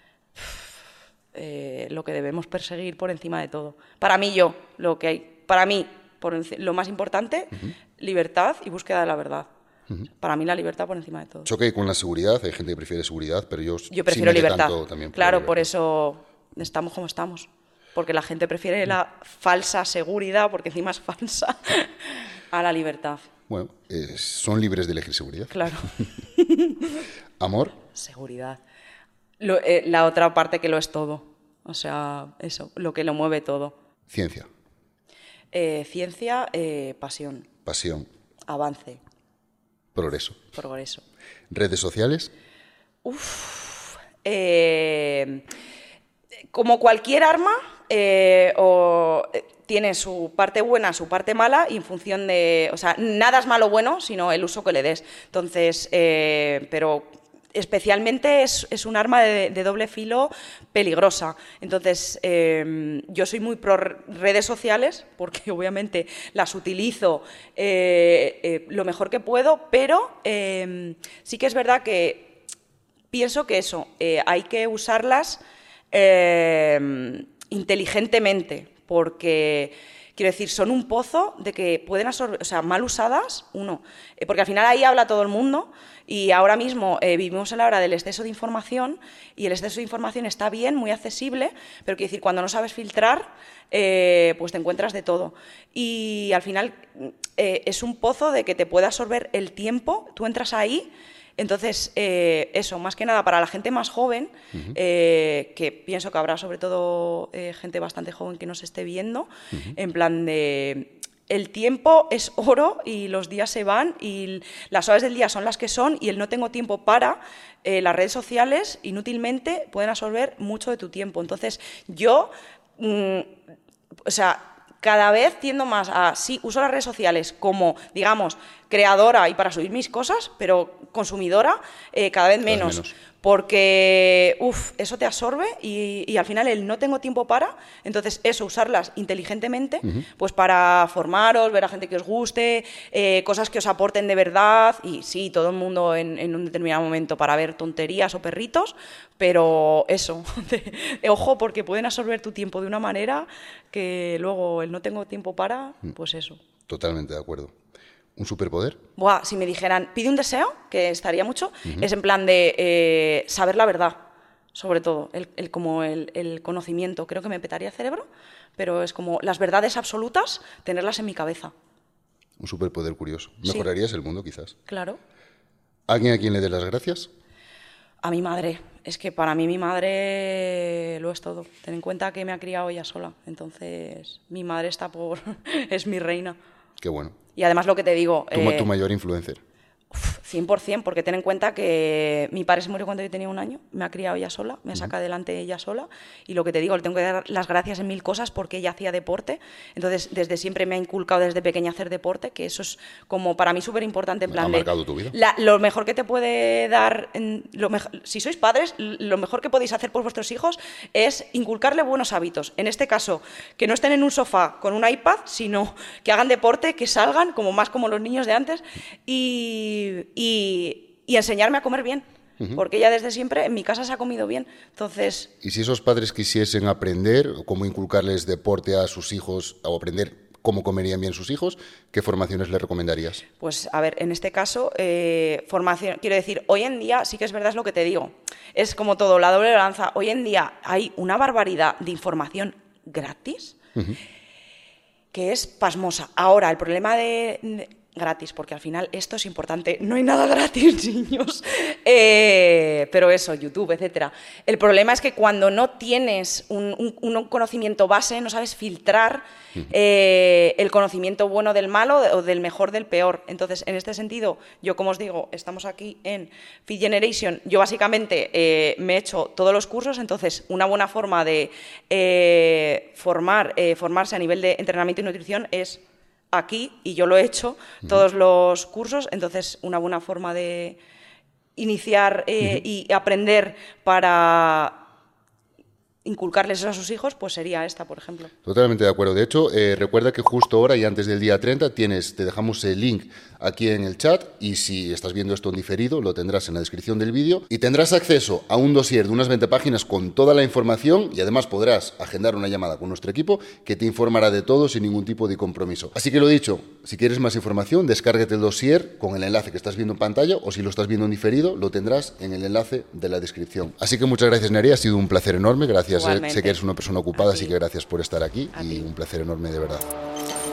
Eh, lo que debemos perseguir por encima de todo. Para mí yo, lo que hay, para mí, por, lo más importante, uh-huh. libertad y búsqueda de la verdad. Uh-huh. Para mí la libertad por encima de todo. Choque con la seguridad, hay gente que prefiere seguridad, pero yo, yo prefiero sí libertad. También claro, libertad. Por eso estamos como estamos. Porque la gente prefiere la falsa seguridad, porque encima es falsa, a la libertad. Bueno, eh, son libres de elegir seguridad. Claro. ¿Amor? Seguridad. Lo, eh, la otra parte que lo es todo. O sea, eso, lo que lo mueve todo. Ciencia. Eh, ciencia, eh, pasión. Pasión. Avance. Progreso. Progreso. ¿Redes sociales? Uf. Eh, como cualquier arma... Eh, o eh, tiene su parte buena, su parte mala, y en función de... O sea, nada es malo o bueno, sino el uso que le des. Entonces, eh, pero especialmente es, es un arma de, de doble filo peligrosa. Entonces, eh, yo soy muy pro redes sociales, porque obviamente las utilizo eh, eh, lo mejor que puedo, pero eh, sí que es verdad que pienso que eso, eh, hay que usarlas... Eh, inteligentemente, porque quiero decir, son un pozo de que pueden absorber, o sea, mal usadas, uno, eh, porque al final ahí habla todo el mundo y ahora mismo eh, vivimos en la hora del exceso de información y el exceso de información está bien, muy accesible, pero quiero decir, cuando no sabes filtrar, eh, pues te encuentras de todo y al final eh, es un pozo de que te puede absorber el tiempo, tú entras ahí. Entonces, eh, eso, más que nada para la gente más joven, uh-huh. eh, que pienso que habrá sobre todo eh, gente bastante joven que nos esté viendo, uh-huh. en plan de... El tiempo es oro y los días se van y las horas del día son las que son y el no tengo tiempo para, eh, las redes sociales inútilmente pueden absorber mucho de tu tiempo. Entonces, yo, mmm, o sea... cada vez tiendo más a, sí, uso las redes sociales como, digamos, creadora y para subir mis cosas, pero consumidora eh, cada vez menos. menos. Porque, uff, eso te absorbe y, y al final el no tengo tiempo para, entonces eso, usarlas inteligentemente, uh-huh. pues para formaros, ver a gente que os guste, eh, cosas que os aporten de verdad, y sí, todo el mundo en, en un determinado momento para ver tonterías o perritos, pero eso, de, ojo, porque pueden absorber tu tiempo de una manera que luego el no tengo tiempo para, pues eso. Totalmente de acuerdo. ¿Un superpoder? Buah, si me dijeran, pide un deseo, que estaría mucho, uh-huh. es en plan de eh, saber la verdad, sobre todo, el, el, como el, el conocimiento. Creo que me petaría el cerebro, pero es como las verdades absolutas, tenerlas en mi cabeza. Un superpoder curioso. ¿Mejorarías sí. el mundo, quizás? Claro. ¿Alguien a quien le dé las gracias? A mi madre. Es que para mí mi madre lo es todo. Ten en cuenta que me ha criado ella sola. Entonces, mi madre está por... es mi reina. Qué bueno. Y además lo que te digo... Tu, eh, tu mayor influencer. cien por cien, porque ten en cuenta que mi padre se murió cuando yo tenía un año, me ha criado ella sola, me saca uh-huh. adelante ella sola, y lo que te digo, le tengo que dar las gracias en mil cosas porque ella hacía deporte, entonces desde siempre me ha inculcado desde pequeña hacer deporte, que eso es como para mí súper importante, en plan ha marcado tu vida. La, lo mejor que te puede dar, lo me, si sois padres, lo mejor que podéis hacer por vuestros hijos es inculcarle buenos hábitos, en este caso, que no estén en un sofá con un iPad, sino que hagan deporte, que salgan, como más como los niños de antes, y Y, y enseñarme a comer bien, uh-huh. porque ella desde siempre en mi casa se ha comido bien. Entonces... Y si esos padres quisiesen aprender cómo inculcarles deporte a sus hijos o aprender cómo comerían bien sus hijos, ¿qué formaciones les recomendarías? Pues a ver, en este caso, eh, formación, quiero decir, hoy en día sí que es verdad, es lo que te digo, es como todo, la doble lanza. Hoy en día hay una barbaridad de información gratis uh-huh. que es pasmosa. Ahora, el problema de... de gratis, porque al final esto es importante. No hay nada gratis, niños. Eh, pero eso, YouTube, etcétera. El problema es que cuando no tienes un, un, un conocimiento base, no sabes filtrar eh, el conocimiento bueno del malo o del mejor del peor. Entonces, en este sentido, yo como os digo, estamos aquí en Fit Generation. Yo básicamente eh, me he hecho todos los cursos, entonces una buena forma de eh, formar, eh, formarse a nivel de entrenamiento y nutrición es aquí, y yo lo he hecho, uh-huh. todos los cursos, entonces una buena forma de iniciar eh, uh-huh. y aprender para inculcarles eso a sus hijos, pues sería esta, por ejemplo. Totalmente de acuerdo. De hecho, eh, recuerda que justo ahora y antes del día treinta tienes, te dejamos el link aquí en el chat, y si estás viendo esto en diferido, lo tendrás en la descripción del vídeo, y tendrás acceso a un dossier de unas veinte páginas con toda la información, y además podrás agendar una llamada con nuestro equipo que te informará de todo sin ningún tipo de compromiso. Así que lo dicho, si quieres más información, descárgate el dossier con el enlace que estás viendo en pantalla, o si lo estás viendo en diferido, lo tendrás en el enlace de la descripción. Así que muchas gracias, Nerea, ha sido un placer enorme. Gracias. Sé que eres una persona ocupada, así que gracias por estar aquí y un placer enorme, de verdad.